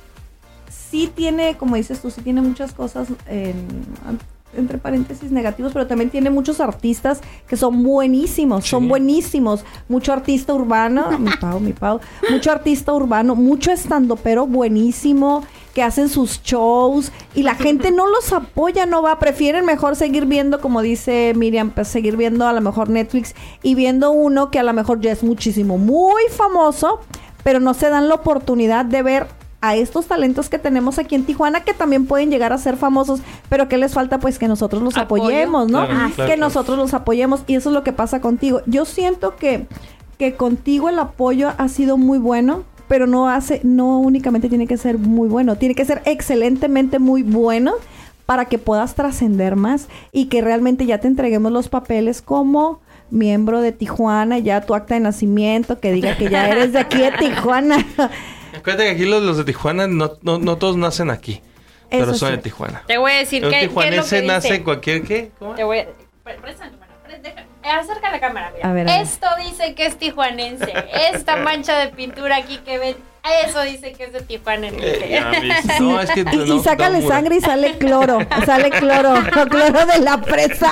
E: sí tiene, como dices tú, sí tiene muchas cosas en, entre paréntesis negativos, pero también tiene muchos artistas que son buenísimos, sí. son buenísimos. Mucho artista urbano, mi Pau, mi Pau, mucho artista urbano, mucho estandopero buenísimo, que hacen sus shows y la gente no los apoya, no va, prefieren mejor seguir viendo, como dice Miriam, pues seguir viendo a lo mejor Netflix y viendo uno que a lo mejor ya es muchísimo, muy famoso, pero no se dan la oportunidad de ver a estos talentos que tenemos aquí en Tijuana, que también pueden llegar a ser famosos, pero que les falta pues que nosotros los
C: Apoyo.
E: apoyemos, ¿no?
D: Claro,
E: Ah,
D: claro.
E: que nosotros los apoyemos, y eso es lo que pasa contigo. Yo siento que, que contigo el apoyo ha sido muy bueno, pero no hace, no únicamente tiene que ser muy bueno, tiene que ser excelentemente muy bueno para que puedas trascender más y que realmente ya te entreguemos los papeles como miembro de Tijuana, ya tu acta de nacimiento, que diga que ya eres de aquí de Tijuana.
D: Acuérdate que aquí los, los de Tijuana no, no, no todos nacen aquí, pero
E: Eso
D: son
E: sí.
D: de Tijuana.
C: Te voy a decir
D: Un
C: que, ¿qué es lo
D: tijuanense
C: que
D: nace
C: dice?
D: en cualquier, ¿qué? ¿Cómo?
C: Te voy a... pre- préstame tu mano, pre- deja- acerca la cámara, mira.
E: A ver, a ver.
C: Esto dice que es tijuanense. Esta mancha de pintura aquí que ven, eso dice que es de Tijuana.
D: Eh, ya ves. No, es que
E: Y,
D: no,
E: y sácale
D: no,
E: sangre y sale cloro, sale cloro, cloro de la presa.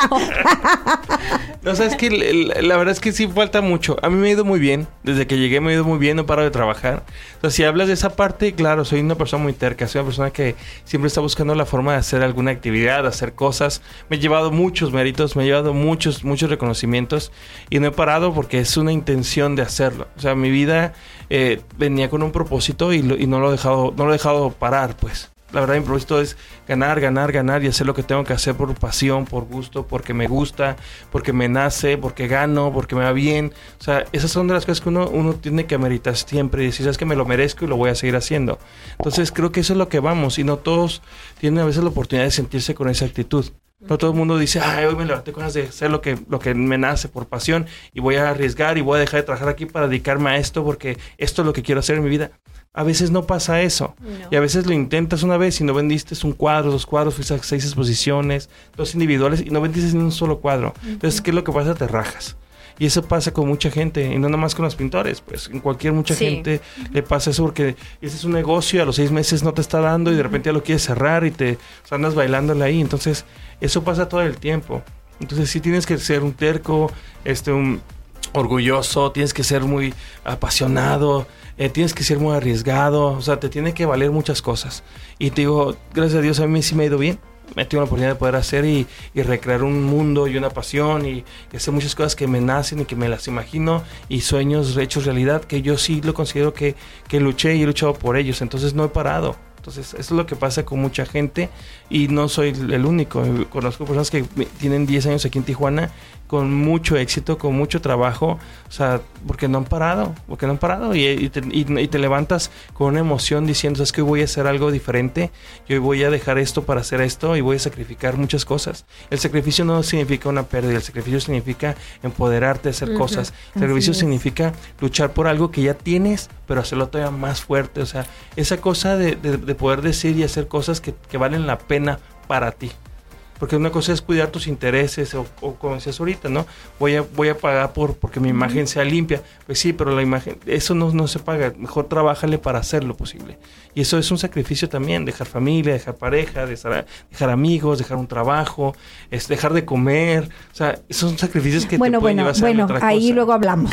D: No, sabes que la, la verdad es que sí falta mucho. A mí me ha ido muy bien. Desde que llegué me ha ido muy bien, no paro de trabajar. O sea, si hablas de esa parte, claro, soy una persona muy terca. Soy una persona que siempre está buscando la forma de hacer alguna actividad, de hacer cosas. Me he llevado muchos méritos, me he llevado muchos, muchos reconocimientos. Y no he parado porque es una intención de hacerlo. O sea, mi vida eh, venía con un propósito y, lo, y no lo he dejado, no lo he dejado parar, pues. La verdad, mi propósito es ganar, ganar, ganar y hacer lo que tengo que hacer por pasión, por gusto, porque me gusta, porque me nace, porque gano, porque me va bien. O sea, esas son de las cosas que uno, uno tiene que meritar siempre y decir, sabes que me lo merezco y lo voy a seguir haciendo. Entonces, creo que eso es lo que vamos y no todos tienen a veces la oportunidad de sentirse con esa actitud. No todo el mundo dice, ay, hoy me levanté con ganas de hacer lo que, lo que me nace por pasión y voy a arriesgar y voy a dejar de trabajar aquí para dedicarme a esto porque esto es lo que quiero hacer en mi vida. A veces no pasa eso.
C: No.
D: Y a veces lo intentas una vez y no vendiste un cuadro, dos cuadros, fuiste a seis exposiciones, dos individuales y no vendiste ni un solo cuadro. Uh-huh. Entonces, ¿qué es lo que pasa? Te rajas. Y eso pasa con mucha gente, y no nada más con los pintores, pues en cualquier mucha
C: Sí.
D: gente le pasa eso porque ese es un negocio, a los seis meses no te está dando y de repente ya lo quieres cerrar y te o sea, andas bailándole ahí. Entonces, eso pasa todo el tiempo. Entonces, sí tienes que ser un terco, este, un orgulloso, tienes que ser muy apasionado, eh, tienes que ser muy arriesgado, o sea, te tiene que valer muchas cosas. Y te digo, gracias a Dios a mí sí me ha ido bien. Me he tenido la oportunidad de poder hacer y, y recrear un mundo y una pasión y, y hacer muchas cosas que me nacen y que me las imagino y sueños hechos realidad que yo sí lo considero que, que luché y he luchado por ellos. Entonces no he parado. Entonces eso es lo que pasa con mucha gente y no soy el único. Conozco personas que tienen diez años aquí en Tijuana con mucho éxito, con mucho trabajo, o sea, porque no han parado, porque no han parado y, y, te, y, y te levantas con una emoción diciendo, es que hoy voy a hacer algo diferente, yo hoy voy a dejar esto para hacer esto y voy a sacrificar muchas cosas. El sacrificio no significa una pérdida, el sacrificio significa empoderarte, hacer uh-huh. cosas. El sacrificio
E: Así
D: significa luchar por algo que ya tienes, pero hacerlo todavía más fuerte, o sea, esa cosa de, de, de poder decir y hacer cosas que, que valen la pena para ti. Porque una cosa es cuidar tus intereses o, o como decías ahorita, ¿no? Voy a, voy a pagar por porque mi imagen sea limpia. Pues sí, pero la imagen, eso no, no se paga. Mejor trabájale para hacer lo posible. Y eso es un sacrificio también. Dejar familia, dejar pareja, dejar, dejar amigos, dejar un trabajo, es dejar de comer. O sea, esos son sacrificios que
E: bueno,
D: te pueden
E: bueno,
D: llevar a hacer
E: bueno,
D: otra
E: ahí
D: cosa.
E: luego hablamos.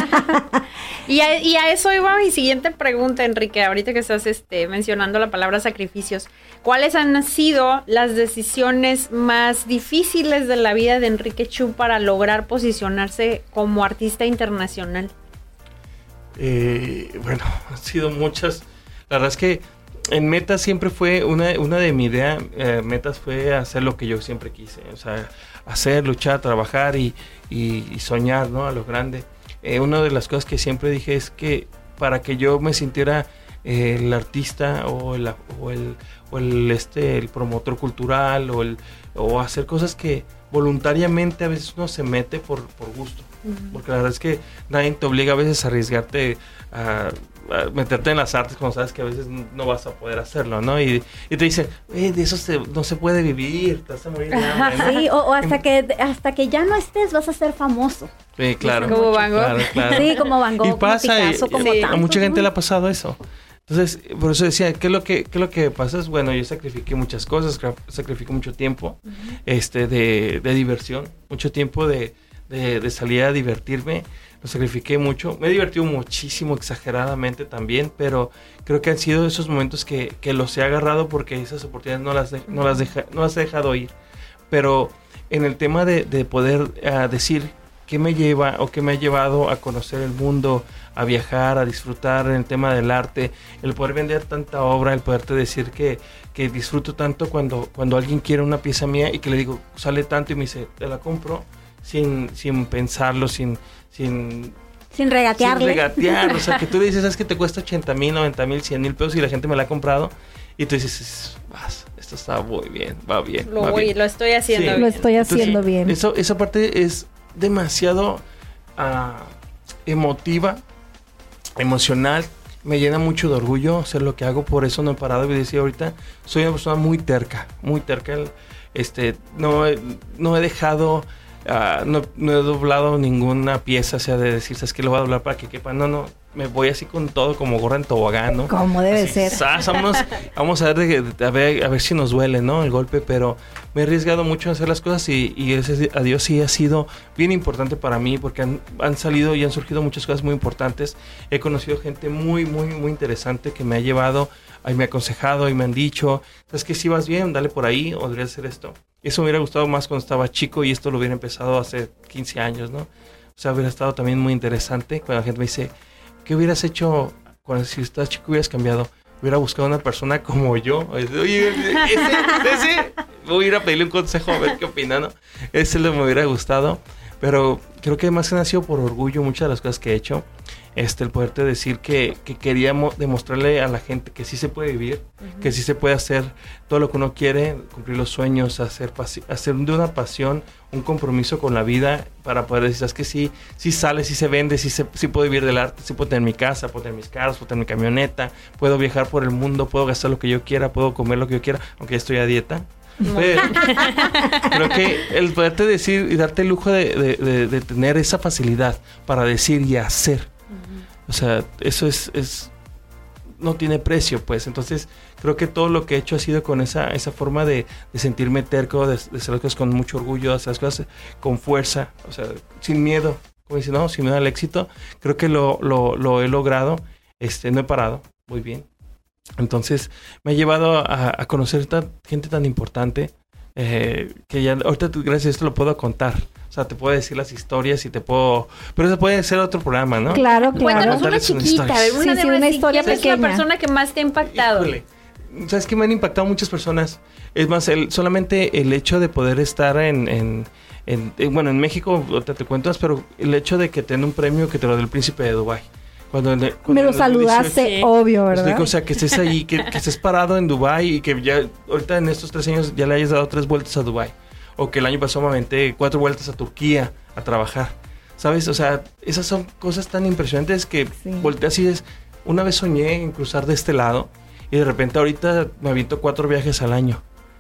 C: Y a, y a eso iba mi siguiente pregunta, Enrique, ahorita que estás este, mencionando la palabra sacrificios. ¿Cuáles han sido las decisiones más difíciles de la vida de Enrique Chu para lograr posicionarse como artista internacional?
D: Eh, bueno, han sido muchas. La verdad es que en Metas siempre fue una, una de mi idea, eh, Metas fue hacer lo que yo siempre quise. O sea, hacer, luchar, trabajar y, y, y soñar, ¿no? A lo grande. Eh, una de las cosas que siempre dije es que para que yo me sintiera eh, el artista o el, o el, o el, este, el promotor cultural o, el, o hacer cosas que voluntariamente a veces uno se mete por, por gusto. Uh-huh. Porque la verdad es que nadie te obliga a veces a arriesgarte a, a meterte en las artes cuando sabes que a veces no vas a poder hacerlo, ¿no? Y, y te dicen, eh, de eso se, no se puede vivir, te vas a morir de hambre, ¿no?
B: Sí, o, o hasta que hasta que ya no estés vas a ser famoso.
D: Sí, claro.
C: Como Van Gogh.
D: Claro, claro.
B: Sí, como Van Gogh,
D: y pasa,
B: como Picasso,
D: y,
B: como
D: sí,
B: tantos,
D: a mucha gente
B: ¿no?
D: le ha pasado eso. Entonces, por eso decía, ¿qué es lo que, qué es lo que pasa? Es, bueno, yo sacrifiqué muchas cosas, sacrifiqué mucho tiempo uh-huh. este, de, de diversión, mucho tiempo de, de, de salir a divertirme, lo sacrifiqué mucho. Me he divertido muchísimo, exageradamente también, pero creo que han sido esos momentos que, que los he agarrado porque esas oportunidades no las, de, no las, deja, no las he dejado ir. Pero en el tema de, de poder uh, decir, qué me lleva o qué me ha llevado a conocer el mundo, a viajar, a disfrutar en el tema del arte, el poder vender tanta obra, el poderte decir que, que disfruto tanto cuando, cuando alguien quiere una pieza mía y que le digo, sale tanto y me dice, te la compro, sin, sin pensarlo, sin... sin
B: Sin regatearle.
D: Sin regatear, o sea, que tú le dices, ¿sabes que te cuesta ochenta mil, noventa mil, cien mil pesos y la gente me la ha comprado? Y tú dices, vas, esto está muy bien, va bien.
C: Lo,
D: va
C: voy,
D: bien.
C: lo estoy haciendo
D: Sí.
C: bien.
E: Lo estoy haciendo
D: Entonces,
E: bien.
D: Eso, esa parte es demasiado uh, emotiva, emocional. Me llena mucho de orgullo hacer lo que hago, por eso no he parado. Y decía ahorita, soy una persona muy terca, muy terca. Este, no, he, no he dejado... Uh, no, no he doblado ninguna pieza, o sea, de decir, ¿sabes qué? Lo voy a doblar para que quepa. No, no, me voy así con todo, como gorra en tobogán, ¿no?
E: Como debe
D: Así,
E: ser.
D: ¡zas! Vamos, vamos a, ver de, de, a ver a ver si nos duele, ¿no? El golpe, pero me he arriesgado mucho a hacer las cosas y, y ese a Dios sí ha sido bien importante para mí porque han, han salido y han surgido muchas cosas muy importantes. He conocido gente muy, muy, muy interesante que me ha llevado, y me ha aconsejado y me han dicho, ¿sabes qué? Si vas bien, dale por ahí o deberías hacer esto. Eso me hubiera gustado más cuando estaba chico y esto lo hubiera empezado hace quince años, ¿no? O sea, hubiera estado también muy interesante cuando la gente me dice, ¿qué hubieras hecho cuando si estás chico hubieras cambiado? Hubiera buscado una persona como yo. Oye, ese, ese, voy a ir a pedirle un consejo a ver qué opina, ¿no? Ese le me hubiera gustado. Pero creo que más que nació por orgullo muchas de las cosas que he hecho. Este, el poderte decir que, que queríamos demostrarle a la gente que sí se puede vivir, uh-huh. que sí se puede hacer todo lo que uno quiere, cumplir los sueños, hacer, pasi- hacer de una pasión un compromiso con la vida para poder decir, es que sí, sí sale, sí se vende, sí, se, sí puedo vivir del arte, sí puedo tener mi casa, puedo tener mis carros, puedo tener mi camioneta, puedo viajar por el mundo, puedo gastar lo que yo quiera, puedo comer lo que yo quiera, aunque ya estoy a dieta. No. Pero, creo que el poderte decir y darte el lujo de, de, de, de tener esa facilidad para decir y hacer, uh-huh. o sea, eso es, es no tiene precio, pues. Entonces creo que todo lo que he hecho ha sido con esa, esa forma de, de sentirme terco, de, de hacer las cosas con mucho orgullo, de hacer las cosas con fuerza, o sea, sin miedo, como dice, no, sin miedo al éxito. Creo que lo, lo, lo he logrado, este, no he parado, muy bien. Entonces me ha llevado a, a conocer tan, gente tan importante eh, que ya ahorita gracias a esto lo puedo contar. O sea, te puedo decir las historias y te puedo... Pero eso puede ser otro programa, ¿no?
E: Claro, claro.
C: Cuéntanos una chiquita, a ver, una,
E: sí,
C: de
E: sí,
C: una,
E: una historia
C: ¿quién
E: pequeña?
C: es la persona que más te ha impactado?
D: Híjole. ¿Sabes qué? Me han impactado muchas personas. Es más, el, solamente el hecho de poder estar en... en En, en, bueno, en México, te, te cuentas, pero el hecho de que te den un premio que te lo dé el príncipe de Dubái. Cuando, cuando
E: me lo saludaste,
C: sí.
E: obvio, ¿verdad?
D: Digo, o sea, que estés ahí, que, que estés parado en Dubái y que ya, ahorita en estos tres años ya le hayas dado tres vueltas a Dubái. O que el año pasado me aventé cuatro vueltas a Turquía a trabajar. ¿Sabes? O sea, esas son cosas tan impresionantes que
E: sí.
D: volteas y dices, una vez soñé en cruzar de este lado y de repente ahorita me aviento cuatro viajes al año.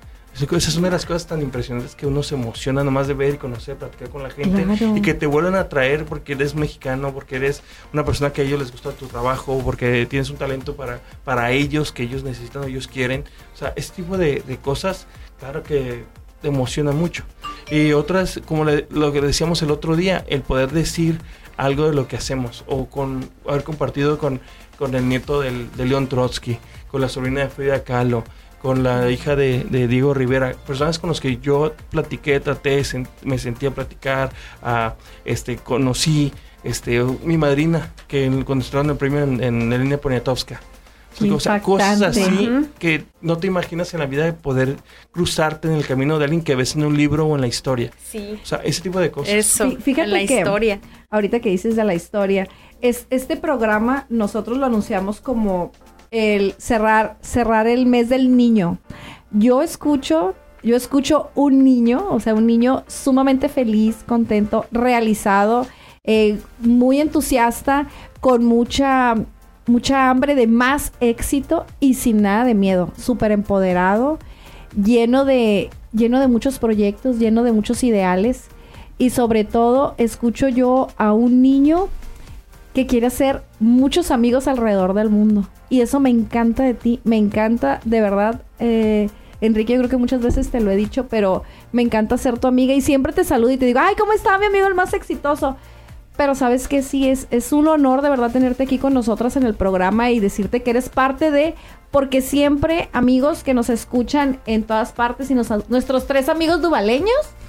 D: Esa es una de las cosas tan impresionantes que uno se emociona nomás de ver y conocer, platicar con la gente. Claro. Y que te vuelvan a traer porque eres mexicano, porque eres una persona que a ellos les gusta tu trabajo, porque tienes un talento para, para ellos, que ellos necesitan o ellos quieren. O sea, este tipo de, de cosas, claro que te emociona mucho. Y otras, como le, lo que decíamos el otro día, el poder decir algo de lo que hacemos, o con haber compartido con, con el nieto del, de León Trotsky, con la sobrina de Frida Kahlo, con la hija de, de Diego Rivera, personas con los que yo platiqué, traté, sent, me sentí a platicar, a, este, conocí, este, mi madrina, que cuando estaba en el premio en, en Elena Poniatowska. O sea, cosas así uh-huh. que no te imaginas en la vida de poder cruzarte en el camino de alguien que ves en un libro o en la historia.
C: Sí.
D: O sea, ese tipo de cosas.
C: Eso,
E: fíjate
C: en la
E: que
C: historia.
E: Ahorita que dices de la historia, es este programa nosotros lo anunciamos como el cerrar cerrar el mes del niño. Yo escucho, yo escucho un niño, o sea, un niño sumamente feliz, contento, realizado, eh, muy entusiasta, con mucha mucha hambre de más éxito y sin nada de miedo, súper empoderado, lleno de lleno de muchos proyectos, lleno de muchos ideales, y sobre todo escucho yo a un niño que quiere hacer muchos amigos alrededor del mundo. Y eso me encanta de ti, me encanta, de verdad, eh, Enrique, yo creo que muchas veces te lo he dicho, pero me encanta ser tu amiga y siempre te saludo y te digo, ay, ¿cómo está mi amigo el más exitoso? Pero sabes que sí, es, es un honor de verdad tenerte aquí con nosotras en el programa y decirte que eres parte de, porque siempre amigos que nos escuchan en todas partes y nos, nuestros tres amigos dubaleños,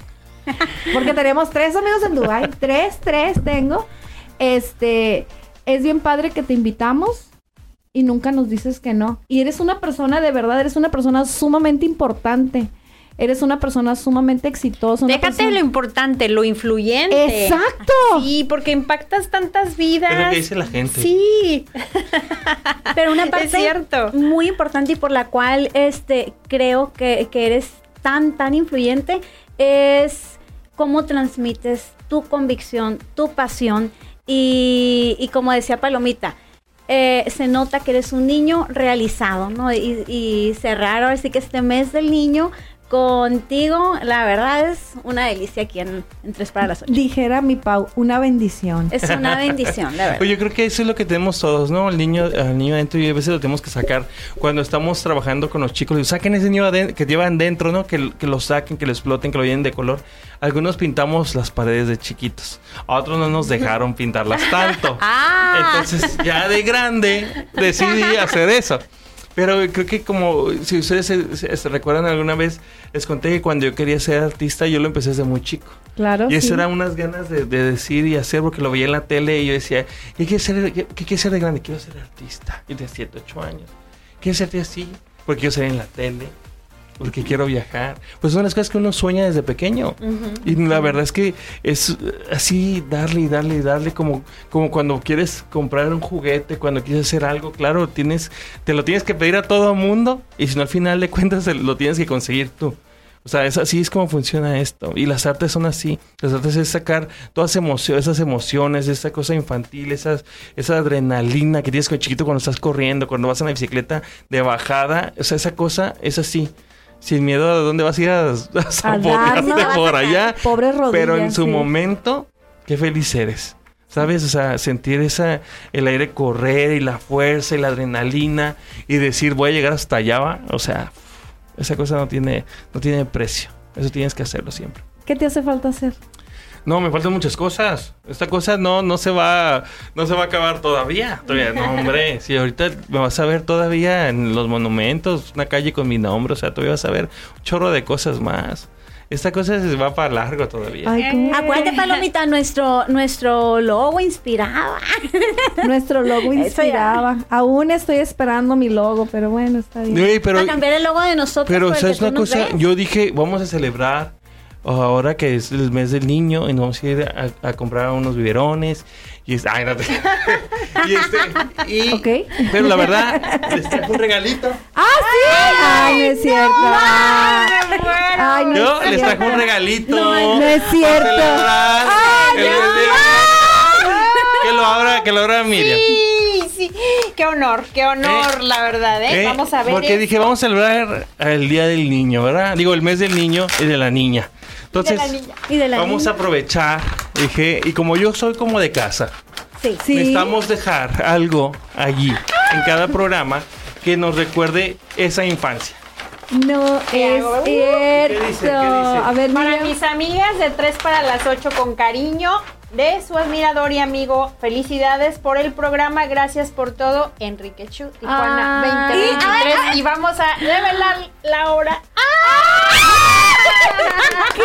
E: Porque tenemos tres amigos en Dubái. Tres, tres tengo. Este, es bien padre que te invitamos y nunca nos dices que no. Y eres una persona, de verdad, eres una persona sumamente importante. Eres una persona sumamente exitosa. Una
C: Déjate
E: persona...
C: lo importante, lo influyente.
E: ¡Exacto!
C: Sí, porque impactas tantas vidas.
D: Es lo que dice la gente.
C: Sí.
B: Pero una parte
C: Es cierto.
B: muy importante y por la cual este, creo que, que eres tan, tan influyente es cómo transmites tu convicción, tu pasión y, y como decía Palomita, eh, se nota que eres un niño realizado, ¿no? Y, y cerrar ahora sí que este mes del niño contigo, la verdad es una delicia aquí en, en Tres para las ocho.
E: Dijera mi Pau, una bendición.
B: Es una bendición, la verdad.
D: Pues yo creo que eso es lo que tenemos todos, ¿no? El niño, el niño adentro, y a veces lo tenemos que sacar. Cuando estamos trabajando con los chicos, digo, saquen ese niño adentro, que llevan dentro, ¿no? Que, que lo saquen, que lo exploten, que lo llenen de color. Algunos pintamos las paredes de chiquitos. A otros no nos dejaron pintarlas tanto.
C: Ah.
D: Entonces, ya de grande, decidí hacer eso. Pero creo que como, si ustedes se, se, se recuerdan alguna vez, les conté que cuando yo quería ser artista, yo lo empecé desde muy chico.
E: Claro,
D: Y eso
E: sí.
D: eran unas ganas de, de decir y hacer, porque lo veía en la tele y yo decía, ¿qué quieres ser, qué, qué quieres ser de grande? Quiero ser artista. Y de siete, ocho años. ¿Quiero ser así? Porque quiero ser en la tele. Porque quiero viajar. Pues son las cosas que uno sueña desde pequeño. Uh-huh. Y la verdad es que es así, darle y darle y darle, como, como cuando quieres comprar un juguete, cuando quieres hacer algo, claro, tienes, te lo tienes que pedir a todo mundo, y si no, al final de cuentas lo tienes que conseguir tú. O sea, es así es como funciona esto. Y las artes son así. Las artes es sacar todas emociones, esas emociones, esa cosa infantil, esas, esa adrenalina que tienes con el chiquito cuando estás corriendo, cuando vas en la bicicleta de bajada. O sea, esa cosa es así. Sin miedo a dónde vas a ir a, a zapotearte por allá.
E: Pobres rodillas.
D: Pero en su
E: sí.
D: momento, qué feliz eres. ¿Sabes? O sea, sentir esa, el aire correr y la fuerza y la adrenalina y decir, voy a llegar hasta allá, ¿va? O sea, esa cosa no tiene, no tiene precio. Eso tienes que hacerlo siempre.
E: ¿Qué te hace falta hacer?
D: No, me faltan muchas cosas. Esta cosa no, no se va, no se va a acabar todavía. Todavía, no, hombre. Si ahorita me vas a ver todavía en los monumentos, una calle con mi nombre, o sea, todavía vas a ver un chorro de cosas más. Esta cosa se va para largo todavía.
E: Ay, ¿cómo?
B: Acuérdate, Palomita, nuestro, nuestro logo inspiraba.
E: Nuestro logo inspiraba. Aún estoy esperando mi logo, pero bueno, está bien.
D: Sí, pero,
B: a cambiar el logo de nosotros.
D: pero
B: por el
D: ¿sabes
B: que tú
D: una
B: nos
D: cosa?
B: ves.
D: Yo dije, vamos a celebrar ahora que es el mes del niño y nos vamos a ir a, a comprar unos biberones y es, ay, no te... y este y
E: Okay.
D: pero la verdad les traje un regalito.
E: ¡Ah, sí! ¡Ay, no es cierto! ¡Ay, no
D: Yo
E: es
D: les
E: cierto!
D: traje un regalito.
E: No, no es cierto.
D: para celebrar
E: ¡Ay,
D: el mes del niño. Que lo abra, que lo abra Miriam.
C: Sí, sí. Qué honor, qué honor,
D: ¿Eh?
C: la verdad, ¿eh?
D: ¿Eh?
C: Vamos a ver.
D: Porque
C: esto.
D: dije, vamos a celebrar el día del niño, ¿verdad? Digo, el mes del niño y de la niña. Entonces,
C: De la niña.
B: Y de la
D: vamos
B: niña.
D: a aprovechar, dije, y como yo soy como de casa,
B: Sí.
E: Sí.
D: necesitamos dejar algo allí, en cada programa, que nos recuerde esa infancia.
E: No
C: ¿Qué
E: es
C: hago?
E: cierto.
D: ¿Qué dice? ¿Qué dice?
E: A ver,
C: Para
E: Miriam.
C: mis amigas de tres para las ocho con cariño, de su admirador y amigo, felicidades por el programa, gracias por todo, Enrique Chu, Tijuana
E: Ay.
C: veinte veintitrés, y vamos a revelar la hora.
E: ¡Qué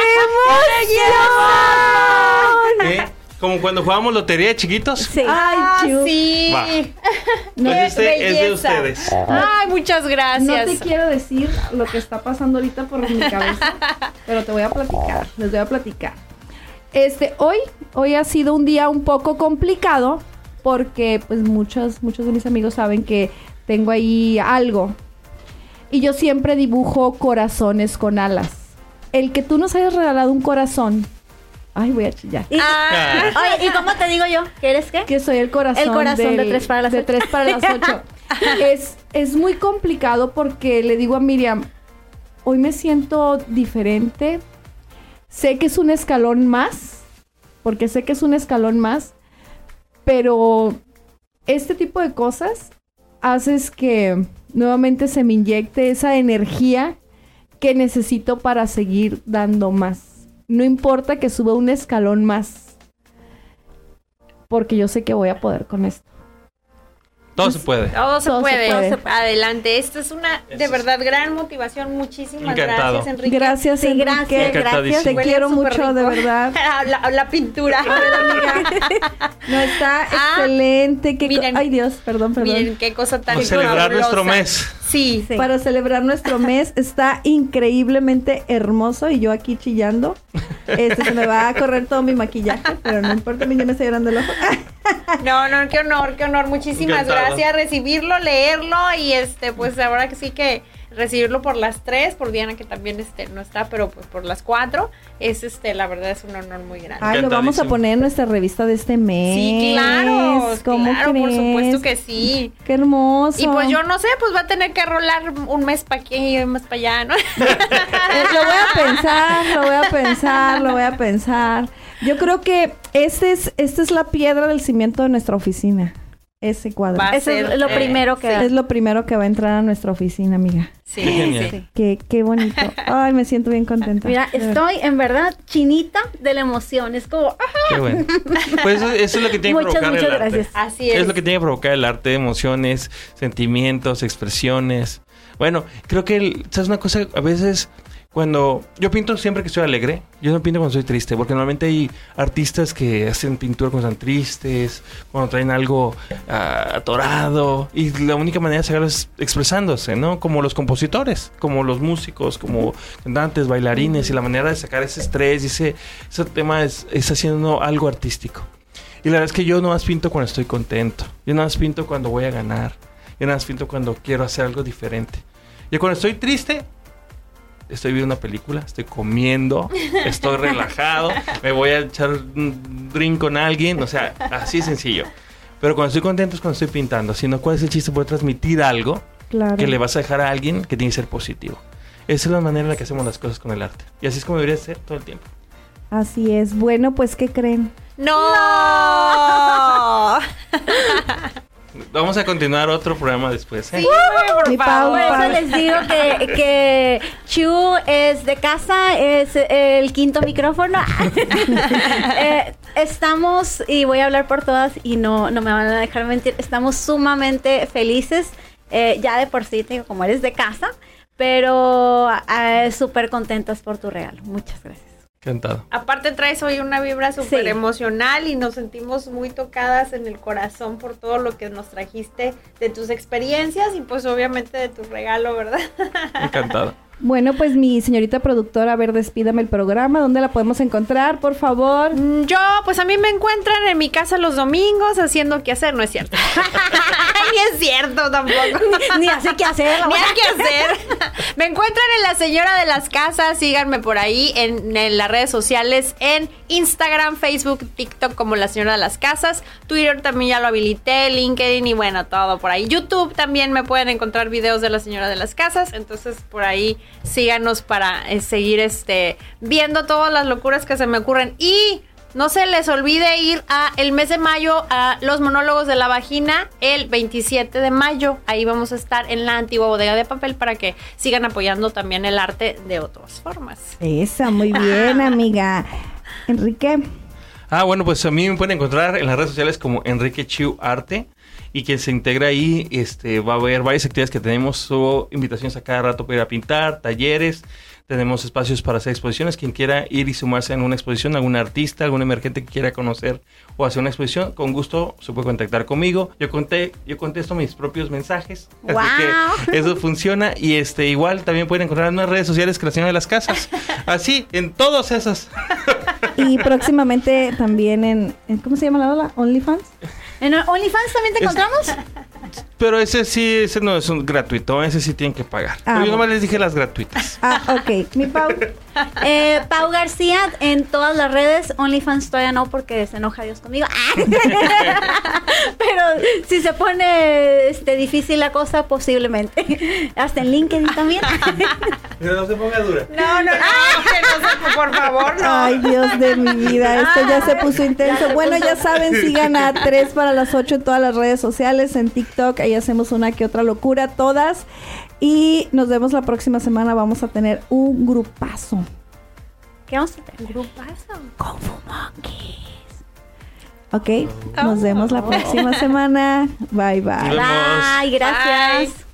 E: emoción!
D: ¿Eh? Como cuando jugábamos lotería de chiquitos.
B: Sí.
E: Ay, Chu.
C: Sí.
D: Va.
C: No,
D: Pues este es de
C: belleza.
D: ustedes.
C: Ay, muchas
E: No
C: gracias.
E: te quiero decir lo que está pasando ahorita por mi cabeza, pero te voy a platicar, les voy a platicar. Este, hoy, hoy ha sido un día un poco complicado porque pues muchos, muchos de mis amigos saben que tengo ahí algo. Y yo siempre dibujo corazones con alas. El que tú nos hayas regalado un corazón. Ay, voy a chillar.
B: Y,
C: Ah.
B: oye, ¿y cómo te digo yo? ¿Que eres qué?
E: Que soy el corazón,
B: El corazón de tres para las
E: de
B: ocho.
E: tres para las ocho. es, es muy complicado porque le digo a Miriam, hoy me siento diferente. Sé que es un escalón más, porque sé que es un escalón más, pero este tipo de cosas haces que nuevamente se me inyecte esa energía que necesito para seguir dando más. No importa que suba un escalón más, porque yo sé que voy a poder con esto.
D: Todo se puede.
C: Todo se,
E: Todo se
C: puede.
E: puede.
C: Adelante. Esta es una, de
D: Eso es.
C: verdad, gran motivación. Muchísimas
D: Encantado.
C: gracias, Enrique.
E: Gracias,
B: Sí,
E: Enrique.
B: gracias,
D: Encantadísimo.
E: Te
C: Huele
E: quiero
C: súper
E: mucho, de
C: rico.
E: verdad.
C: La, la pintura.
E: No, está
C: Ah,
E: excelente. Qué co-
C: miren.
E: Ay, Dios, perdón, perdón.
C: Miren qué cosa tan
D: Vamos a celebrar
C: fabulosa.
D: nuestro mes.
C: Sí.
B: Sí.
E: Para celebrar nuestro mes, está increíblemente hermoso y yo aquí chillando. Este, se me va a correr todo mi maquillaje, pero no importa, a mí ya me está llorando el ojo.
C: No, no, qué honor, qué honor. Muchísimas
D: Encantado.
C: gracias. Recibirlo, leerlo y este, pues ahora que sí que recibirlo por las tres, por Diana que también este no está, pero pues por las cuatro, es este, la verdad es un honor muy grande.
E: Ay, lo vamos a
D: Encantadísimo.
E: poner en nuestra revista de este mes.
C: Sí, claro,
E: ¿Cómo
C: claro, por
E: crees?
C: supuesto que sí.
E: Qué hermoso.
C: Y pues yo no sé, pues va a tener que rolar un mes para aquí y un mes para allá, ¿no?
E: Eh, lo voy a pensar, lo voy a pensar, lo voy a pensar. Yo creo que este es, esta es la piedra del cimiento de nuestra oficina. Ese cuadro.
C: Va a
B: Eso es
C: ser,
B: lo
C: eh,
B: primero que...
E: Es lo primero que va a entrar a nuestra oficina, amiga.
C: Sí,
D: Qué genial.
C: sí.
E: Qué, qué bonito. Ay, me siento bien contenta.
B: Mira, estoy en verdad chinita de la emoción. Es como... ¡ah!
D: Qué bueno. Pues eso, eso es lo que tiene que
B: Muchas,
D: provocar
B: muchas
D: el arte.
B: gracias.
C: Así es.
D: Es lo que tiene que provocar el arte, emociones, sentimientos, expresiones. Bueno, creo que, el- ¿sabes una cosa? A veces, cuando yo pinto siempre que estoy alegre, yo no pinto cuando estoy triste, porque normalmente hay artistas que hacen pintura cuando están tristes, cuando traen algo ah, atorado, y la única manera de sacarlo es expresándose, ¿no? Como los compositores, como los músicos, como cantantes, bailarines, y la manera de sacar ese estrés y ese, ese tema es, es haciendo algo artístico. Y la verdad es que yo no más pinto cuando estoy contento. Yo no más pinto cuando voy a ganar. Yo no más pinto cuando quiero hacer algo diferente. Y cuando estoy triste, estoy viendo una película, estoy comiendo, estoy relajado, me voy a echar un drink con alguien, o sea, así de sencillo. Pero cuando estoy contento es cuando estoy pintando. Si no, ¿cuál es el chiste? Poder transmitir algo
E: Claro.
D: que le vas a dejar a alguien que tiene que ser positivo. Esa es la manera en la que hacemos las cosas con el arte. Y así es como debería ser todo el tiempo.
E: Así es. Bueno, pues, ¿qué creen?
C: ¡No!
D: Vamos a continuar otro programa después, ¿eh?
C: Sí, por
E: Mi Pau,
C: favor.
B: Por eso
E: Pau.
B: les digo que, que Chu es de casa, es el quinto micrófono. Eh, estamos, y voy a hablar por todas y no, no me van a dejar mentir, estamos sumamente felices, eh, ya de por sí, te digo, como eres de casa, pero eh, súper contentas por tu regalo. Muchas gracias.
D: Encantado.
C: Aparte traes hoy una vibra súper
B: Sí.
C: emocional y nos sentimos muy tocadas en el corazón por todo lo que nos trajiste de tus experiencias y pues obviamente de tu regalo, ¿verdad?
D: Encantado.
E: Bueno, pues mi señorita productora, a ver, despídame el programa. ¿Dónde la podemos encontrar, por favor?
C: Mm, Yo, pues a mí me encuentran en mi casa los domingos haciendo qué hacer, no es cierto. Ni es cierto tampoco.
B: Ni hace qué hacer.
C: Ni hay que hacer. Me encuentran en La Señora de las Casas. Síganme por ahí en, en las redes sociales, en Instagram, Facebook, TikTok como La Señora de las Casas. Twitter también ya lo habilité, LinkedIn y bueno, todo por ahí. YouTube también me pueden encontrar videos de La Señora de las Casas. Entonces por ahí síganos para eh, seguir este viendo todas las locuras que se me ocurren. Y no se les olvide ir a el mes de mayo a los monólogos de la vagina el veintisiete de mayo. Ahí vamos a estar en la antigua bodega de papel para que sigan apoyando también el arte de otras formas.
E: Esa, muy bien, amiga. Enrique.
D: Ah, bueno, pues a mí me pueden encontrar en las redes sociales como Enrique Chiu Arte. Y quien se integra ahí, este, va a haber varias actividades que tenemos. Subo invitaciones a cada rato para ir a pintar, talleres. Tenemos espacios para hacer exposiciones. Quien quiera ir y sumarse en una exposición, algún artista, algún emergente que quiera conocer o hacer una exposición, con gusto se puede contactar conmigo. Yo conté, yo contesto mis propios mensajes.
B: ¡Wow!
D: Así que eso funciona. Y este igual también pueden encontrar en unas redes sociales que La Señora de las Casas. Así, en todas esas.
E: Y próximamente también en, en ¿cómo se llama la ola? ¿OnlyFans?
B: ¿En OnlyFans también te
D: Es-
B: encontramos?
D: Pero ese sí, ese no es un gratuito, ese sí tienen que pagar.
E: Ah,
D: Pero yo
E: bueno.
D: nomás les dije las gratuitas.
E: Ah, ok. Mi Pau.
B: Eh, Pau García en todas las redes. OnlyFans todavía no porque se enoja Dios conmigo. Ah. Pero si se pone este, difícil la cosa, posiblemente. Hasta en LinkedIn también.
D: Pero no se ponga dura.
C: No, no, no, que no se, por favor, no.
E: Ay, Dios de mi vida, esto ya se puso intenso. Bueno, ya saben, sigan a tres para las ocho en todas las redes sociales, en TikTok, ahí hacemos una que otra locura, todas. Y nos vemos la próxima semana, vamos a tener un grupazo.
B: ¿Qué vamos a tener?
C: Grupazo.
E: Kung Fu Monkeys. Ok, nos vemos la próxima semana. Bye, bye.
D: Nos vemos.
B: Bye, gracias.
C: Bye.